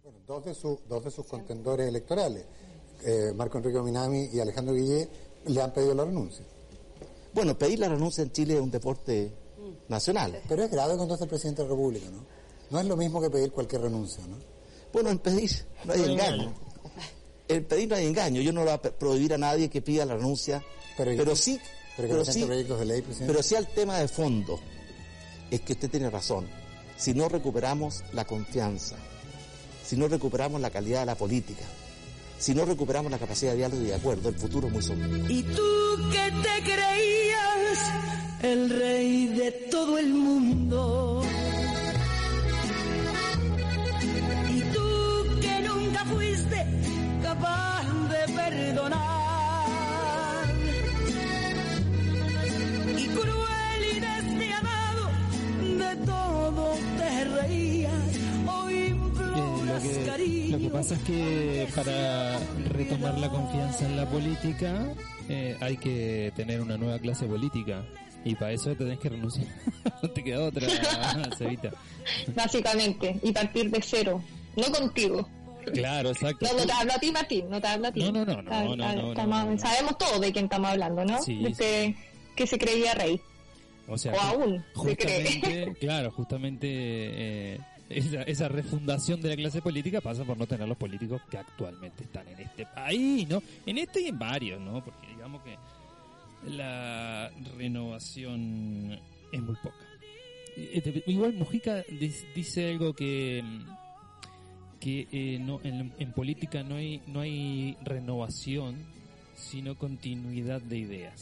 Bueno, dos de sus contendores electorales, Marco Enrique Minami y Alejandro Guillé, le han pedido la renuncia. Bueno, pedir la renuncia en Chile es un deporte nacional. Pero es grave cuando es el presidente de la República, ¿no? No es lo mismo que pedir cualquier renuncia, ¿no? Bueno, en pedir no hay engaño. En pedir no hay engaño. Yo no le voy a prohibir a nadie que pida la renuncia, pero sí proyectos de ley, presidente. Pero sí al tema de fondo. Es que usted tiene razón. Si no recuperamos la confianza, si no recuperamos la calidad de la política, si no recuperamos la capacidad de diálogo y de acuerdo, el futuro es muy sombrío. Y tú que te creías el rey de todo el mundo, y tú que nunca fuiste capaz de perdonar, y cruel y despiadado de todo te reías. Lo que pasa es que para retomar la confianza en la política hay que tener una nueva clase política y para eso tenés que renunciar. No te queda otra, Cevita. Básicamente, y partir de cero, no contigo. Claro, exacto. No te hablo a ti, Martín, no te hablo a ti. No. Sabemos todos de quién estamos hablando, ¿no? Sí, de este que se creía rey. O sea, aún se cree. Claro, justamente esa refundación de la clase política pasa por no tener los políticos que actualmente están en este país, ¿no? En este y en varios, ¿no? Porque digamos que la renovación es muy poca. Igual Mujica dice algo que no en política no hay renovación, sino continuidad de ideas.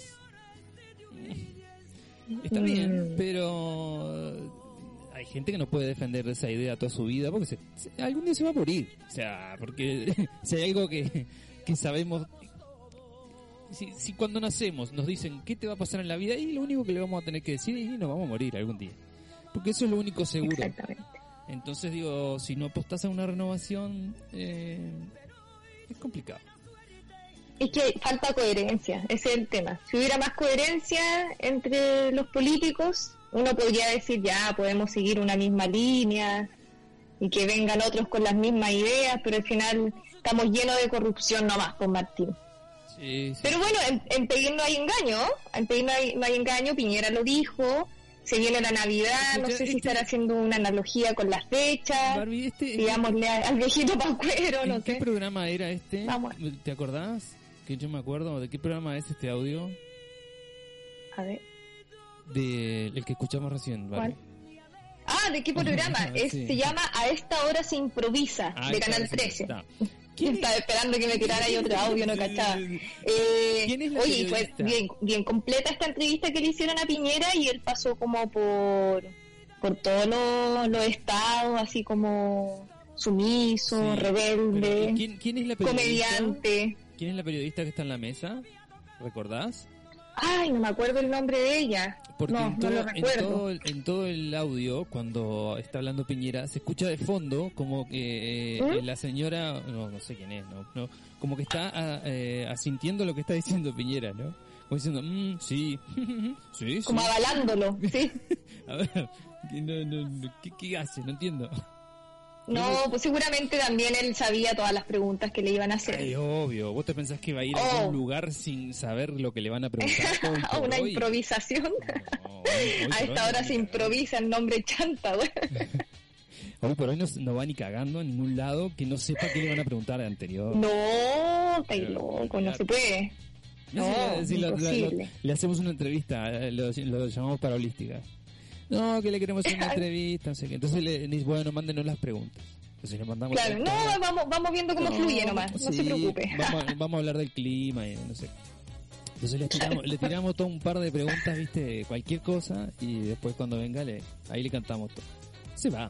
Está bien, pero hay gente que no puede defender esa idea toda su vida porque algún día se va a morir. O sea, porque si hay algo que sabemos, si cuando nacemos nos dicen qué te va a pasar en la vida, y lo único que le vamos a tener que decir es nos vamos a morir algún día. Porque eso es lo único seguro. Exactamente. Entonces digo, si no apostás a una renovación, es complicado. Es que falta coherencia, ese es el tema. Si hubiera más coherencia entre los políticos, uno podría decir ya, podemos seguir una misma línea y que vengan otros con las mismas ideas, pero al final estamos llenos de corrupción nomás, con Martín. Sí. Pero bueno, en pedir no hay engaño, no hay engaño, Piñera lo dijo, se viene la Navidad, no sé si estará haciendo una analogía con las fechas, Barbie, digámosle al viejito Pascuero, no sé. ¿Qué programa era este? Vamos. ¿Te acordás? Que yo me acuerdo, ¿de qué programa es este audio? A ver. El que escuchamos recién, ¿vale? ¿Cuál? ¿De qué programa? Sí. Se llama A esta hora se improvisa, de Canal 13. Estaba esperando que me tirara ahí otro audio, no cachaba. ¿Quién es la oye, fue bien completa esta entrevista que le hicieron a Piñera y él pasó como por todos los estados, así como sumiso, rebelde, ¿Quién es la comediante. ¿Quién es la periodista que está en la mesa? ¿Recordás? Ay, no me acuerdo el nombre de ella. Porque no lo recuerdo. En todo el audio, cuando está hablando Piñera, se escucha de fondo como que la señora, no sé quién es, no, como que está asintiendo lo que está diciendo Piñera, ¿no? Como diciendo, sí, sí. Como avalándolo, sí. A ver, ¿qué hace? No entiendo. No, pues seguramente también él sabía todas las preguntas que le iban a hacer. Ay, obvio. ¿Vos te pensás que va a ir a algún lugar sin saber lo que le van a preguntar? ¿A una improvisación? A esta hora se improvisa el nombre chanta, güey. Hoy por hoy no va ni cagando en ningún lado que no sepa qué le van a preguntar de anterior. No, está loco, no se puede. No, imposible. Le hacemos una entrevista, lo llamamos para Holística. No, que le queremos hacer una entrevista, no sé qué. Entonces le dice, bueno, mándenos las preguntas. Entonces le mandamos. Claro, vamos viendo cómo fluye nomás, no se preocupe. Vamos a hablar del clima y no sé. Entonces le tiramos todo un par de preguntas, viste, cualquier cosa, y después cuando venga ahí le cantamos todo. Se va.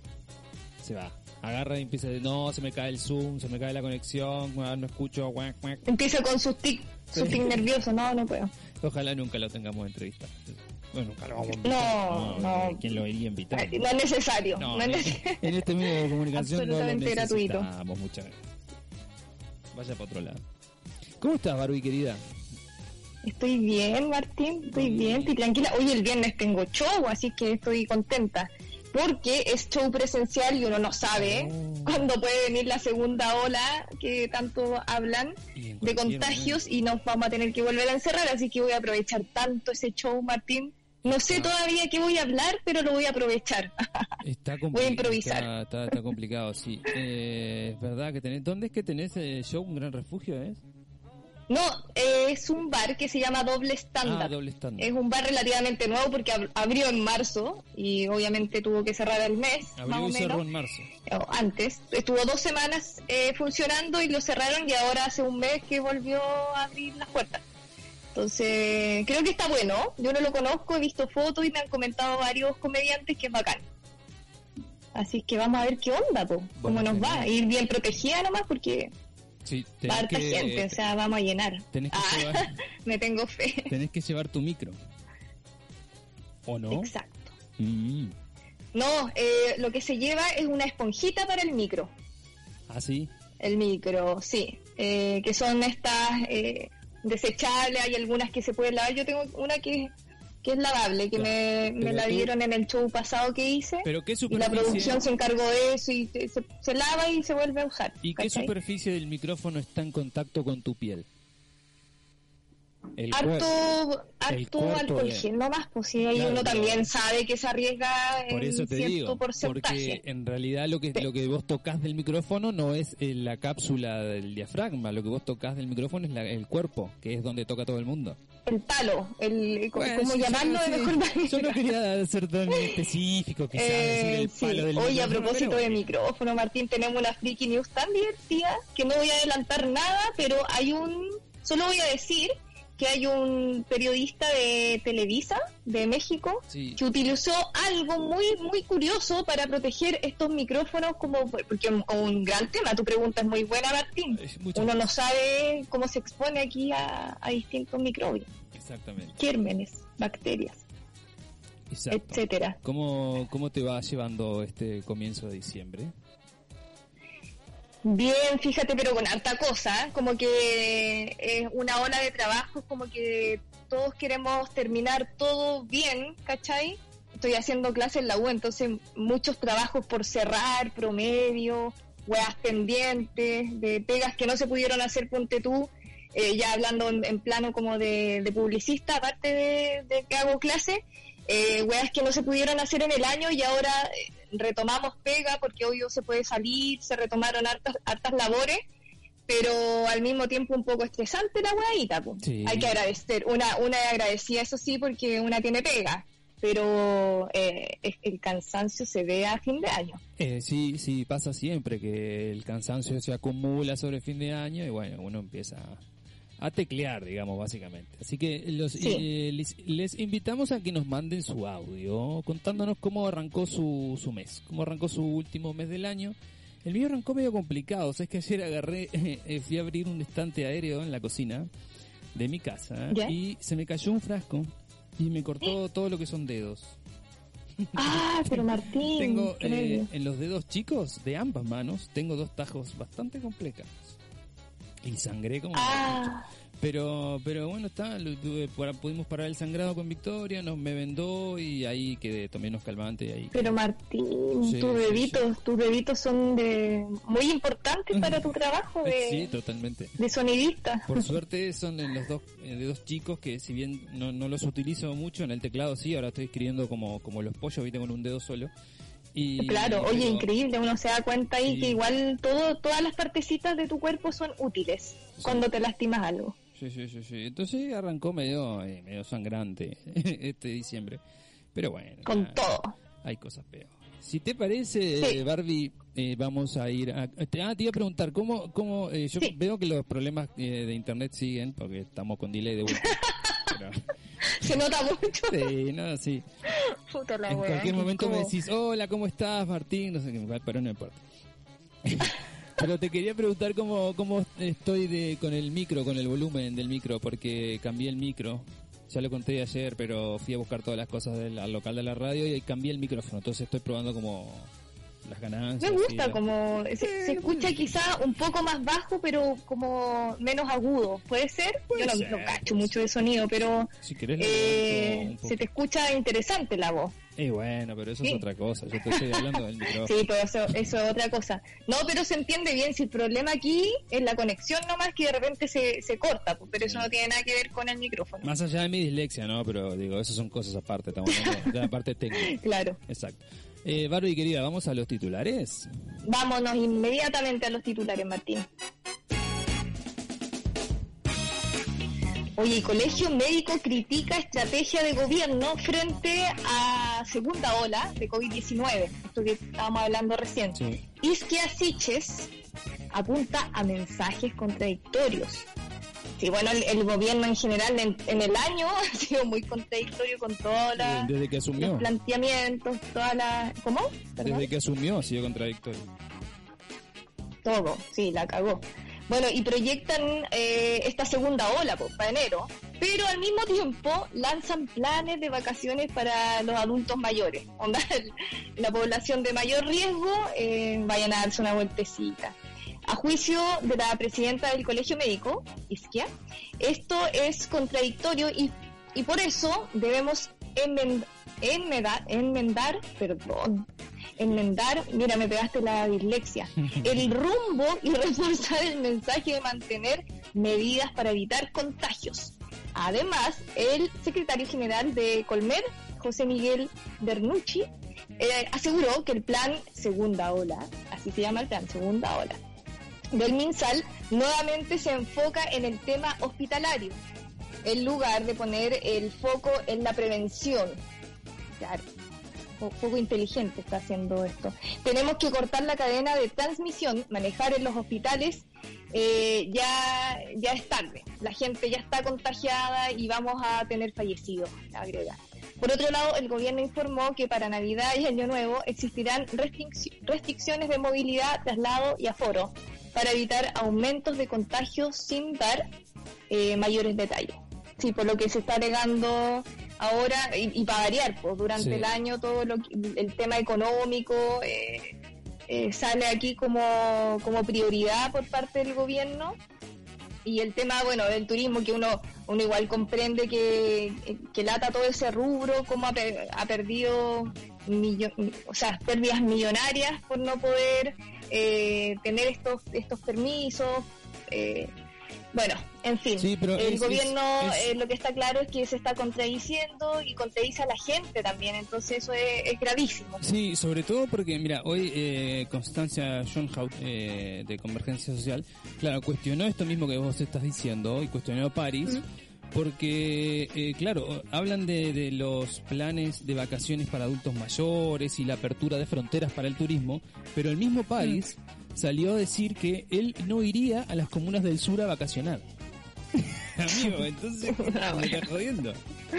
Agarra y empieza a decir, no, se me cae el Zoom, se me cae la conexión, no escucho, guac. Empieza con sus tics nerviosos, no puedo. Ojalá nunca lo tengamos en entrevista. Bueno, nunca lo vamos a invitar. No. ¿Quién lo iría a invitar? No es necesario. En este medio de comunicación absolutamente no lo gratuito. Muchas gracias. Vaya para otro lado. ¿Cómo estás, Barbie, querida? Estoy bien, Martín, estoy bien, estoy tranquila. Hoy el viernes tengo show, así que estoy contenta. porque es show presencial y uno no sabe cuándo puede venir la segunda ola que tanto hablan de contagios y nos vamos a tener que volver a encerrar, así que voy a aprovechar tanto ese show, Martín. No sé todavía qué voy a hablar, pero lo voy a aprovechar. Voy a improvisar. Está complicado, sí. Es verdad que tenés... ¿Dónde es que tenés el show? ¿Un Gran Refugio es? No, es un bar que se llama Doble Estándar. Doble Estándar. Es un bar relativamente nuevo porque abrió en marzo y obviamente tuvo que cerrar el mes. Abrió y cerró en marzo. Antes. Estuvo 2 semanas funcionando y lo cerraron y ahora hace un mes que volvió a abrir las puertas. Entonces, creo que está bueno. Yo no lo conozco, he visto fotos y me han comentado varios comediantes que es bacán. Así que vamos a ver qué onda, cómo nos va. Ir bien protegida nomás porque... Sí, harta gente, o sea, vamos a llenar. Llevar, me tengo fe. Tenés que llevar tu micro. ¿O no? Exacto. No, lo que se lleva es una esponjita para el micro. ¿Ah, sí? El micro, sí. Que son estas desechables, hay algunas que se pueden lavar. Yo tengo una que es lavable, que me la dieron en el show pasado que hice. ¿Pero qué superficie? Y la producción se encargó de eso y se lava y se vuelve a usar. ¿Y qué superficie del micrófono está en contacto con tu piel? Harto alcohol gel, no más, pues si ahí uno también sabe que se arriesga por eso en te cierto digo, porcentaje. Porque en realidad lo que vos tocas del micrófono no es la cápsula del diafragma, lo que vos tocas del micrófono es el cuerpo, que es donde toca todo el mundo. El palo, ¿cómo llamarlo de mejor manera? Yo no quería ser tan específico, quizás decir el palo del micrófono. Oye, a propósito de micrófono, Martín, tenemos una freaky news tan divertida que no voy a adelantar nada, pero solo voy a decir que hay un periodista de Televisa, de México, que utilizó algo muy muy curioso para proteger estos micrófonos, porque es un gran tema. Tu pregunta es muy buena, Martín. Uno no sabe cómo se expone aquí a distintos microbios. Exactamente. Gérmenes, bacterias, etcétera. ¿Cómo te va llevando este comienzo de diciembre? Bien, fíjate, pero con harta cosa, como que es una ola de trabajo, como que todos queremos terminar todo bien, ¿cachai? Estoy haciendo clases en la U, entonces muchos trabajos por cerrar, promedio, weas pendientes, de pegas que no se pudieron hacer, ponte tú, ya hablando en plano como de publicista, aparte de que hago clases, weas que no se pudieron hacer en el año y ahora retomamos pega porque obvio se puede salir, se retomaron hartas labores, pero al mismo tiempo un poco estresante la weadita, pues. Sí. Hay que agradecer, una agradecida eso sí porque una tiene pega, pero el cansancio se ve a fin de año. Sí, pasa siempre que el cansancio se acumula sobre fin de año y bueno, uno empieza a teclear, digamos, básicamente. Así que les invitamos a que nos manden su audio contándonos cómo arrancó su mes, cómo arrancó su último mes del año. El mío arrancó medio complicado, o sea, es que ayer fui a abrir un estante aéreo en la cocina de mi casa y se me cayó un frasco y me cortó todo lo que son dedos. Pero Martín, tengo en los dedos chicos de ambas manos tengo 2 tajos bastante complicados. Y sangré como pero bueno, pudimos parar el sangrado con Victoria, me vendó y ahí quedé, tomé unos calmantes y ahí. Pero Martín, tus deditos son muy importantes para tu trabajo sí, totalmente. De sonidista. Por suerte son en los dedos chicos que si bien no los utilizo mucho en el teclado, sí, ahora estoy escribiendo como los pollos, viste, con un dedo solo. Claro, oye, increíble, uno se da cuenta ahí que igual todas las partecitas de tu cuerpo son útiles cuando te lastimas algo. Sí. Entonces arrancó medio sangrante este diciembre. Pero bueno. Con todo. Hay cosas peores. Si te parece, Barbie, vamos a ir te iba a preguntar, ¿cómo yo veo que los problemas de internet siguen, porque estamos con delay de vuelta. Pero... Se nota mucho. Sí. Puta la en cualquier momento me decís, hola, ¿cómo estás, Martín? No sé qué, pero no importa. Pero te quería preguntar cómo estoy con el micro, con el volumen del micro, porque cambié el micro. Ya lo conté ayer, pero fui a buscar todas las cosas al local de la radio y cambié el micrófono. Entonces estoy probando como las ganancias. Me gusta, como se escucha quizá un poco más bajo, pero como menos agudo. ¿Puede ser? Yo no cacho mucho de sonido, pero si querés, se te escucha interesante la voz. Bueno, pero eso es otra cosa. Yo te estoy hablando del micrófono. Sí, pero eso es otra cosa. No, pero se entiende bien. Si el problema aquí es la conexión nomás, que de repente se corta, pero eso no tiene nada que ver con el micrófono. Más allá de mi dislexia, ¿no? Pero digo, esas son cosas aparte. Estamos hablando de la parte técnica. Claro. Exacto. Barbie, querida, ¿vamos a los titulares? Vámonos inmediatamente a los titulares, Martín. Oye, Colegio Médico critica estrategia de gobierno frente a segunda ola de COVID-19, esto que estábamos hablando recién. Sí. Isquia Siches apunta a mensajes contradictorios. Sí, bueno, el gobierno en general en el año ha sido muy contradictorio con todos desde que asumió. los planteamientos, todas las... ¿Cómo? ¿Perdón? Desde que asumió ha sido contradictorio. Todo, sí, la cagó. Bueno, y proyectan esta segunda ola para enero, pero al mismo tiempo lanzan planes de vacaciones para los adultos mayores. Onda, la población de mayor riesgo, vayan a darse una vueltecita. A juicio de la presidenta del Colegio Médico, Isquia, esto es contradictorio y por eso debemos enmendar, mira, me pegaste la dislexia, el rumbo y reforzar el mensaje de mantener medidas para evitar contagios. Además, el secretario general de Colmed, José Miguel Bernucci, aseguró que el plan Segunda Ola, así se llama el plan Segunda Ola, del MinSal, nuevamente se enfoca en el tema hospitalario, en lugar de poner el foco en la prevención. Claro, poco inteligente está haciendo esto. Tenemos que cortar la cadena de transmisión, manejar en los hospitales, ya es tarde, la gente ya está contagiada y vamos a tener fallecidos, agrega. Por otro lado, el gobierno informó que para Navidad y Año Nuevo existirán restricciones de movilidad, traslado y aforo para evitar aumentos de contagios sin dar mayores detalles. Sí, por lo que se está alegando ahora, y para variar, pues durante el año todo el tema económico sale aquí como prioridad por parte del gobierno, y el tema, bueno, del turismo, que uno igual comprende que lata todo ese rubro, como ha perdido pérdidas millonarias por no poder tener estos permisos. Bueno, en fin, sí, pero el gobierno lo que está claro es que se está contradiciendo y contradice a la gente también, entonces eso es gravísimo. Sí, sobre todo porque, mira, hoy Constancia Schoenhaut de Convergencia Social, claro, cuestionó esto mismo que vos estás diciendo y cuestionó a París, porque, claro, hablan de los planes de vacaciones para adultos mayores y la apertura de fronteras para el turismo, pero el mismo París salió a decir que él no iría a las comunas del sur a vacacionar. Amigo, entonces me está jodiendo.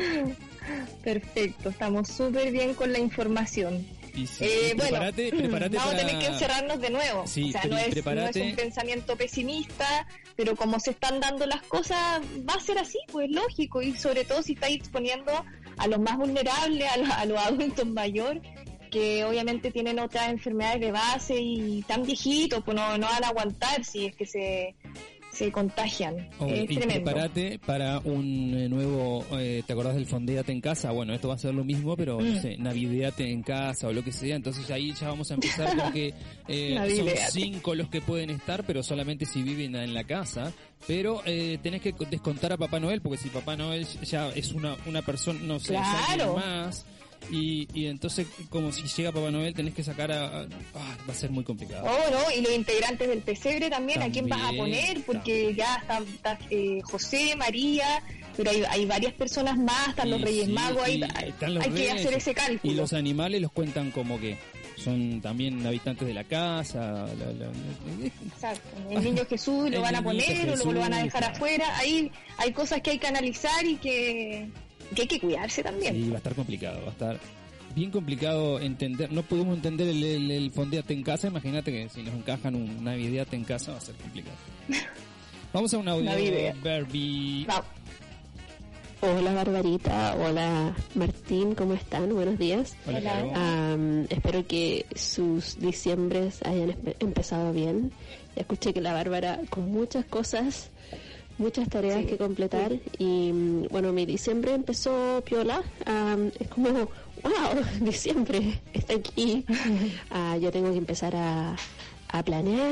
Perfecto, estamos súper bien con la información. Y sí, prepárate vamos a tener que encerrarnos de nuevo. Sí, o sea, no es un pensamiento pesimista, pero como se están dando las cosas, va a ser así, pues lógico, y sobre todo si estáis exponiendo a los más vulnerables, a los adultos mayores, que obviamente tienen otras enfermedades de base y tan viejitos, pues no van a aguantar si es que se contagian. Es y tremendo. Prepárate para un nuevo, ¿te acordás del Fondeate en casa? Bueno, esto va a ser lo mismo, pero no sé, Navideate en casa o lo que sea, entonces ahí ya vamos a empezar porque son 5 los que pueden estar, pero solamente si viven en la casa, pero tenés que descontar a Papá Noel, porque si Papá Noel ya es una persona, no sé, claro, más. Y entonces, como si llega Papá Noel, tenés que sacar va a ser muy complicado. Oh, no, y los integrantes del pesebre también, ¿a quién vas a poner? Porque ya está José, María, pero hay varias personas más, están los Reyes Magos, hay que hacer ese cálculo. Y los animales los cuentan como que son también habitantes de la casa. Exacto. El niño Jesús lo van a poner o lo van a dejar afuera. Ahí hay cosas que hay que analizar y que hay que cuidarse también. Sí, va a estar complicado, va a estar bien complicado entender. No podemos entender el Fondeate en casa. Imagínate que si nos encajan un Navideate en casa va a ser complicado. Vamos a un audio, Barbie. Vamos. Hola Barbarita, hola Martín, ¿cómo están? Buenos días. Hola. Espero que sus diciembres hayan empezado bien. Ya escuché que la Bárbara con muchas cosas, muchas tareas que completar y bueno, mi diciembre empezó piola. Es como, wow, diciembre está aquí. Yo tengo que empezar a planear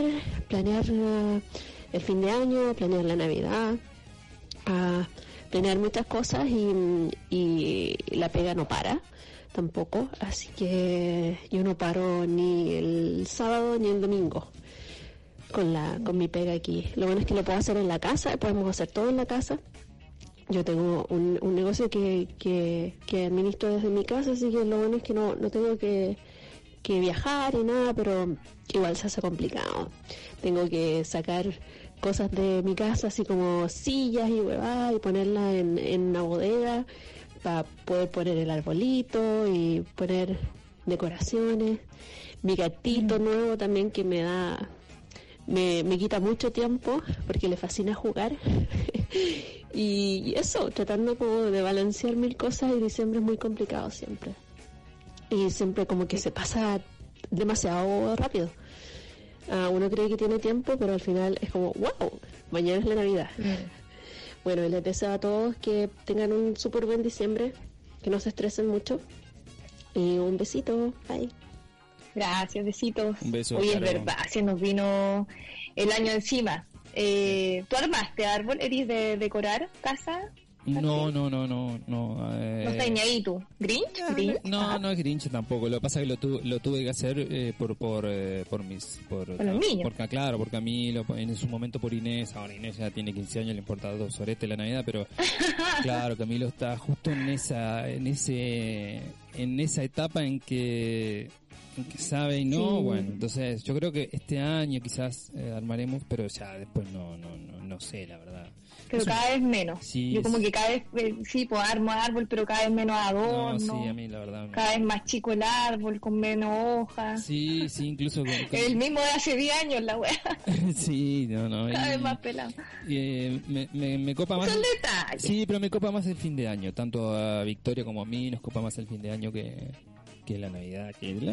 el fin de año, planear la Navidad, planear muchas cosas y la pega no para tampoco, así que yo no paro ni el sábado ni el domingo con mi pega aquí. Lo bueno es que lo puedo hacer en la casa, podemos hacer todo en la casa. Yo tengo un negocio que administro desde mi casa, así que lo bueno es que no tengo que viajar y nada, pero igual se hace complicado. Tengo que sacar cosas de mi casa, así como sillas y huevadas, y ponerlas en una bodega para poder poner el arbolito y poner decoraciones. Mi gatito nuevo también, que me quita mucho tiempo porque le fascina jugar. y eso, tratando como de balancear mil cosas, y diciembre es muy complicado siempre. Y siempre como que se pasa demasiado rápido. Uno cree que tiene tiempo, pero al final es como, wow, mañana es la Navidad. Bueno, y les deseo a todos que tengan un súper buen diciembre, que no se estresen mucho. Y un besito, bye. Gracias, besitos. Un beso. Oye, es verdad, se nos vino el año encima. ¿Tú armaste árbol? ¿Eres de decorar casa? No. No estás ni ahí tú. ¿Grinch? ¿Grinch? No es Grinch tampoco. Lo que pasa es que lo tuve que hacer por los niños. Claro, porque a mí en su momento por Inés, ahora Inés ya tiene 15 años, le importa dos oretes la Navidad, pero claro, Camilo está justo en esa etapa en que sabe y no, bueno, entonces yo creo que este año quizás armaremos, pero ya después no sé, la verdad. Pero cada vez menos. Sí, yo como que cada vez, pues armo árbol, pero cada vez menos adorno. No, sí, a mí la verdad. Cada vez más chico el árbol, con menos hojas. Sí, incluso El mismo de hace 10 años, la wea. Sí, Cada vez más pelado. Me copa más. Son detalles. Sí, pero me copa más el fin de año. Tanto a Victoria como a mí nos copa más el fin de año que la Navidad.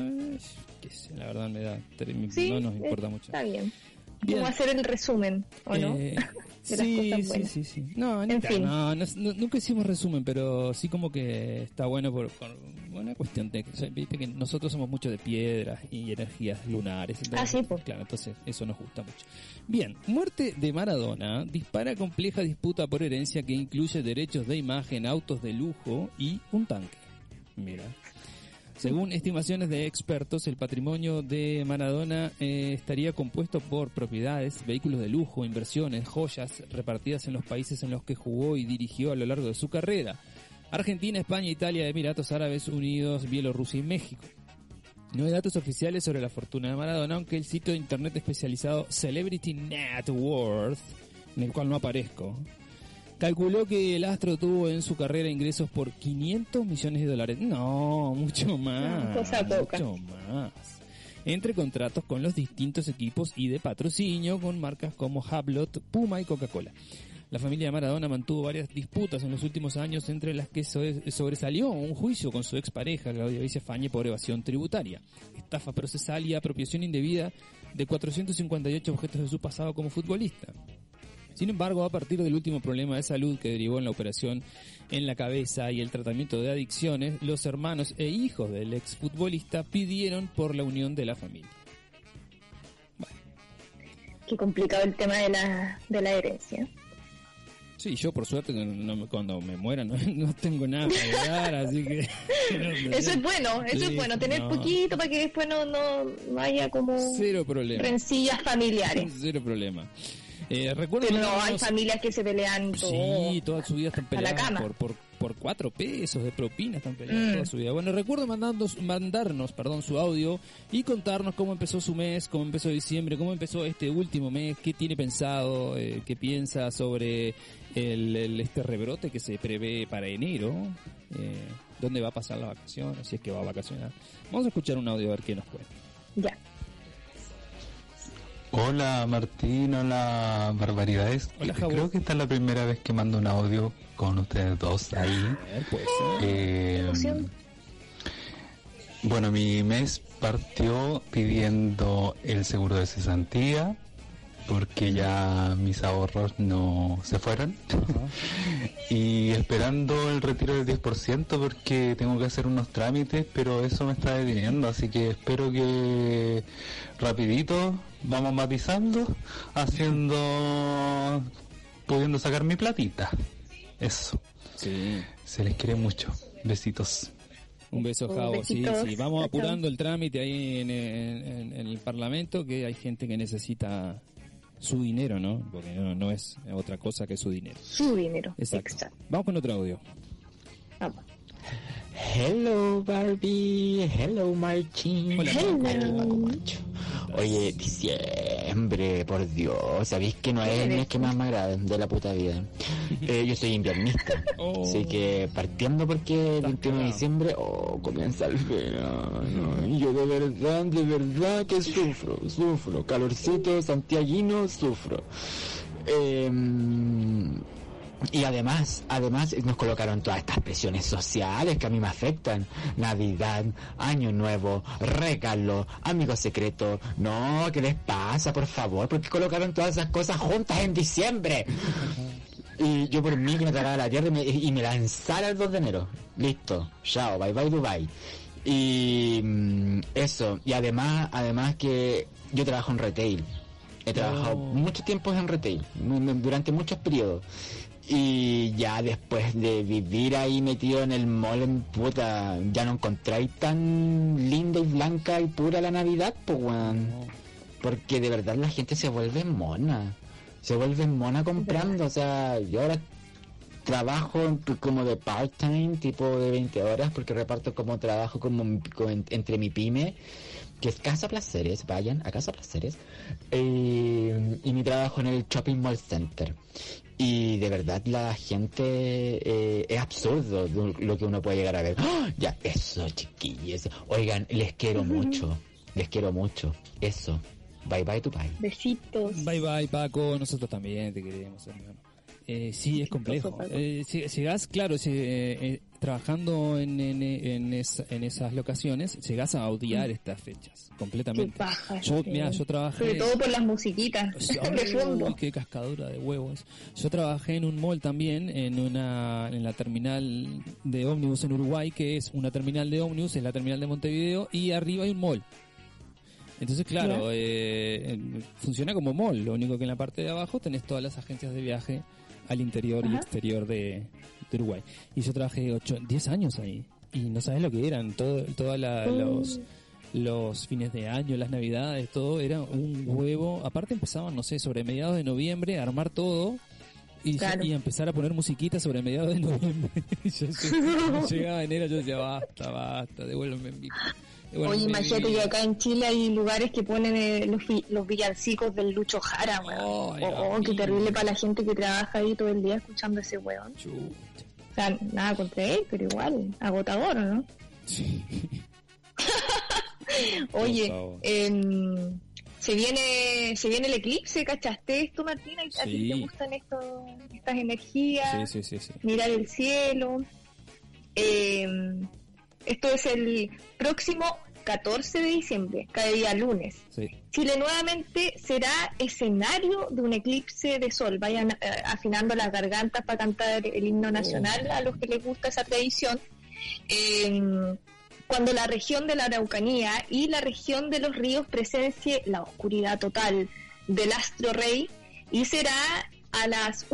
La verdad no nos importa mucho. Está bien. Bien. ¿Cómo hacer el resumen, o no? Sí. No, nunca hicimos resumen, pero sí como que está bueno por una cuestión de viste que nosotros somos mucho de piedras y energías lunares. Entonces, claro, entonces eso nos gusta mucho. Bien, muerte de Maradona dispara compleja disputa por herencia que incluye derechos de imagen, autos de lujo y un tanque. Mira. Según estimaciones de expertos, el patrimonio de Maradona estaría compuesto por propiedades, vehículos de lujo, inversiones, joyas repartidas en los países en los que jugó y dirigió a lo largo de su carrera: Argentina, España, Italia, Emiratos Árabes Unidos, Bielorrusia y México. No hay datos oficiales sobre la fortuna de Maradona, aunque el sitio de internet especializado Celebrity Net Worth, en el cual no aparezco, calculó que el astro tuvo en su carrera ingresos por $500 millones. No, mucho más. Cosa poca. Mucho más. Entre contratos con los distintos equipos y de patrocinio con marcas como Hublot, Puma y Coca-Cola. La familia de Maradona mantuvo varias disputas en los últimos años, entre las que sobresalió un juicio con su expareja, Claudia Villafañe, por evasión tributaria, estafa procesal y apropiación indebida de 458 objetos de su pasado como futbolista. Sin embargo, a partir del último problema de salud que derivó en la operación en la cabeza y el tratamiento de adicciones, los hermanos e hijos del exfutbolista pidieron por la unión de la familia. Bueno. Qué complicado el tema de la herencia. Sí, yo por suerte cuando me muera no tengo nada que dar, así que... Eso es bueno, tener poquito para que después no haya como... Cero problema. Rencillas familiares. Cero problema. Recuerdo pero no, hay familias que se pelean todo. Sí, toda su vida están peleando por 4 pesos de propina, están peleando toda su vida. Bueno, recuerdo mandarnos su audio y contarnos cómo empezó su mes, cómo empezó diciembre, cómo empezó este último mes, qué tiene pensado, qué piensa sobre este rebrote que se prevé para enero, dónde va a pasar la vacación, si es que va a vacacionar. Vamos a escuchar un audio a ver qué nos cuenta. Ya. Hola Martín, hola Barbaridades. Hola, Javo. Creo que esta es la primera vez que mando un audio con ustedes dos ahí. Bueno, mi mes partió pidiendo el seguro de cesantía porque ya mis ahorros no se fueron y esperando el retiro del 10% porque tengo que hacer unos trámites, pero eso me está deteniendo, así que espero que rapidito vamos matizando, pudiendo sacar mi platita. Eso. Sí. Se les quiere mucho. Besitos. Un beso, Javo. Sí, vamos apurando el trámite ahí en el Parlamento, que hay gente que necesita su dinero, ¿no? Porque no es otra cosa que su dinero. Su dinero. Exacto. Vamos con otro audio. Vamos. Hello Barbie, hello Martín. Hola, Macho. Oye, diciembre, por Dios, ¿sabéis que no es el mes que más me agrada de la puta vida? Yo soy inviernista, así que partiendo porque el 21 de diciembre, comienza el verano. Y yo de verdad que sufro. Calorcito santiaguino, sufro. Y además nos colocaron todas estas presiones sociales que a mí me afectan. Navidad, Año Nuevo, regalo, amigo secreto. No, ¿qué les pasa, por favor? ¿Por qué colocaron todas esas cosas juntas en diciembre? Y yo por mí que me tragara la tierra y me lanzara el 2 de enero. Listo, chao, bye bye Dubai. Y eso, y además que yo trabajo en retail. He trabajado mucho tiempo en retail, durante muchos periodos. Y ya después de vivir ahí metido en el mall, ya no encontráis tan linda y blanca y pura la Navidad, pues weón. Porque de verdad la gente se vuelve mona comprando. O sea, yo ahora trabajo como de part-time, tipo de 20 horas, porque reparto como trabajo como entre mi pyme, que es Casa Placeres, vayan a Casa Placeres, y mi trabajo en el Shopping Mall Center. Y de verdad la gente es absurdo lo que uno puede llegar a ver. ¡Oh! Ya, eso, chiquillos. Oigan, les quiero mucho. Eso. Bye bye tu pai. Besitos. Bye bye Paco, nosotros también te queremos, hermano. Sí, es complejo. Llegás, claro, trabajando en esas locaciones, llegás a odiar estas fechas completamente. Qué paja, yo trabajé, sobre todo por las musiquitas de fondo. Uy, qué cascadura de huevos. Yo trabajé en un mall también, en la terminal de ómnibus en Uruguay, que es una terminal de ómnibus, es la terminal de Montevideo, y arriba hay un mall. Entonces, claro, funciona como mall, lo único que en la parte de abajo tenés todas las agencias de viaje al interior y exterior de Uruguay. Y yo trabajé 10 años ahí. Y no sabes lo que eran. Los fines de año, las navidades, todo era un huevo. Aparte empezaban, no sé, sobre mediados de noviembre a armar todo. Y empezar a poner musiquita sobre mediados de noviembre. Yo llegaba enero, yo decía, basta, devuélveme mi... Oye, imagínate que acá en Chile hay lugares que ponen los villancicos del Lucho Jara, weón. Qué terrible para la gente que trabaja ahí todo el día escuchando ese weón. O sea, nada contra él, pero igual, agotador, ¿no? Sí. Oye, se viene el eclipse, ¿cachaste esto, Martina? ¿A ti te gustan estas energías? Sí. Mirar el cielo. Esto es el próximo 14 de diciembre, cada día lunes. Sí. Chile nuevamente será escenario de un eclipse de sol. Vayan afinando las gargantas para cantar el himno nacional a los que les gusta esa tradición. Cuando la región de la Araucanía y la región de los ríos presencie la oscuridad total del astro rey, y será a las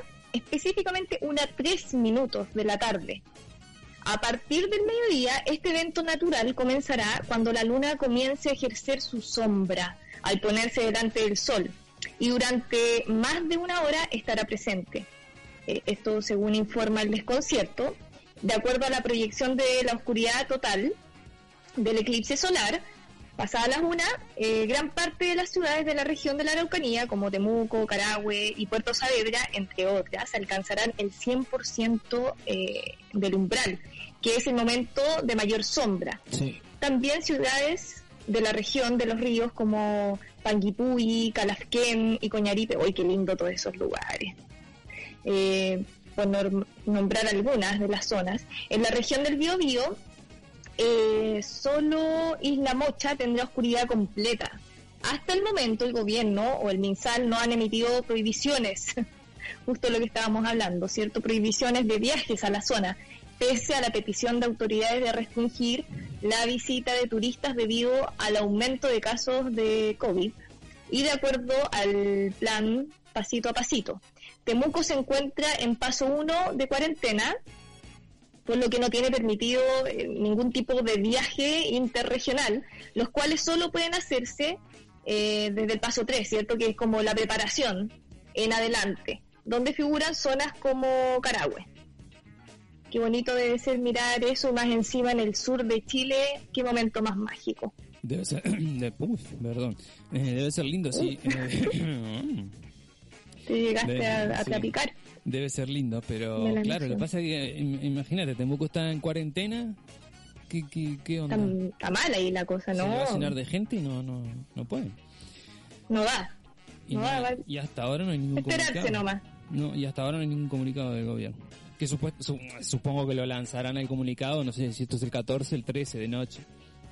1:03 de la tarde. A partir del mediodía, este evento natural comenzará cuando la luna comience a ejercer su sombra al ponerse delante del sol, y durante más de una hora estará presente. Esto según informa el Desconcierto. De acuerdo a la proyección de la oscuridad total del eclipse solar, pasada las 1, gran parte de las ciudades de la región de la Araucanía, como Temuco, Carahue y Puerto Saavedra, entre otras, alcanzarán el 100% del umbral, que es el momento de mayor sombra. Sí. También ciudades de la región de los ríos como Panguipulli, Calafquén y Coñaripe. ¡Uy, qué lindo todos esos lugares! Por nombrar algunas de las zonas. En la región del Biobío, solo Isla Mocha tendrá oscuridad completa. Hasta el momento el gobierno o el MinSal no han emitido prohibiciones, justo lo que estábamos hablando, ¿cierto? Prohibiciones de viajes a la zona, pese a la petición de autoridades de restringir la visita de turistas debido al aumento de casos de COVID y de acuerdo al plan pasito a pasito. Temuco se encuentra en paso 1 de cuarentena, por lo que no tiene permitido ningún tipo de viaje interregional, los cuales solo pueden hacerse desde el paso 3, ¿cierto? Que es como la preparación en adelante, donde figuran zonas como Carahue. Qué bonito debe ser mirar eso más encima en el sur de Chile, qué momento más mágico. Debe ser, debe ser lindo, sí. Te llegaste a picar. Debe ser lindo, pero claro, lo que pasa es que, imagínate, Temuco está en cuarentena. ¿Qué onda? Está mal ahí la cosa, ¿no? Se va a llenar de gente y no pueden. No da. Y hasta ahora no hay ningún Esperarse comunicado. nomás. No, y hasta ahora no hay ningún comunicado del gobierno. Que supongo que lo lanzarán al comunicado, no sé si esto es el 14 o el 13 de noche.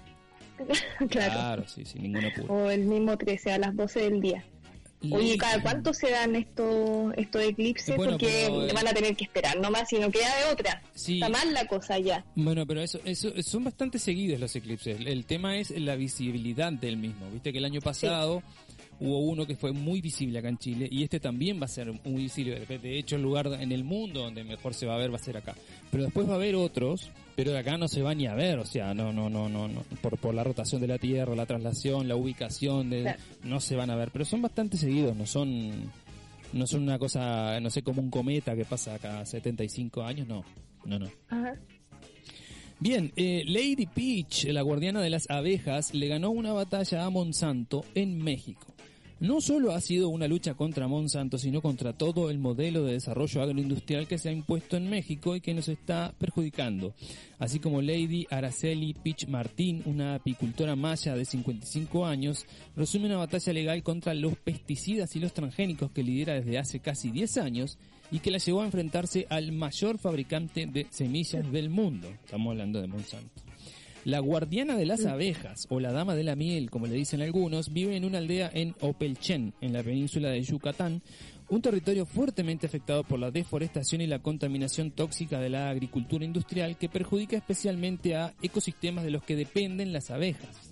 Claro, sí, sin ningún apuro. O el mismo 13 a las 12 del día. Oye, ¿cada cuánto se dan estos eclipses? Bueno, porque van a tener que esperar nomás, si no queda de otra. Sí. Está mal la cosa ya. Bueno, pero eso son bastante seguidos los eclipses. El tema es la visibilidad del mismo. Viste que el año pasado hubo uno que fue muy visible acá en Chile y este también va a ser muy visible. De hecho, el lugar en el mundo donde mejor se va a ver va a ser acá. Pero después va a haber otros, pero de acá no se va ni a ver. O sea, no. Por la rotación de la Tierra, la traslación, la ubicación, no se van a ver. Pero son bastante seguidos, no son una cosa, no sé, como un cometa que pasa cada 75 años, no. Ajá. Bien, Lady Peach, la guardiana de las abejas, le ganó una batalla a Monsanto en México. No solo ha sido una lucha contra Monsanto, sino contra todo el modelo de desarrollo agroindustrial que se ha impuesto en México y que nos está perjudicando. Así como Lady Araceli Peach Martín, una apicultora maya de 55 años, resume una batalla legal contra los pesticidas y los transgénicos que lidera desde hace casi 10 años y que la llevó a enfrentarse al mayor fabricante de semillas del mundo. Estamos hablando de Monsanto. La guardiana de las abejas, o la dama de la miel, como le dicen algunos, vive en una aldea en Opelchen, en la península de Yucatán, un territorio fuertemente afectado por la deforestación y la contaminación tóxica de la agricultura industrial que perjudica especialmente a ecosistemas de los que dependen las abejas.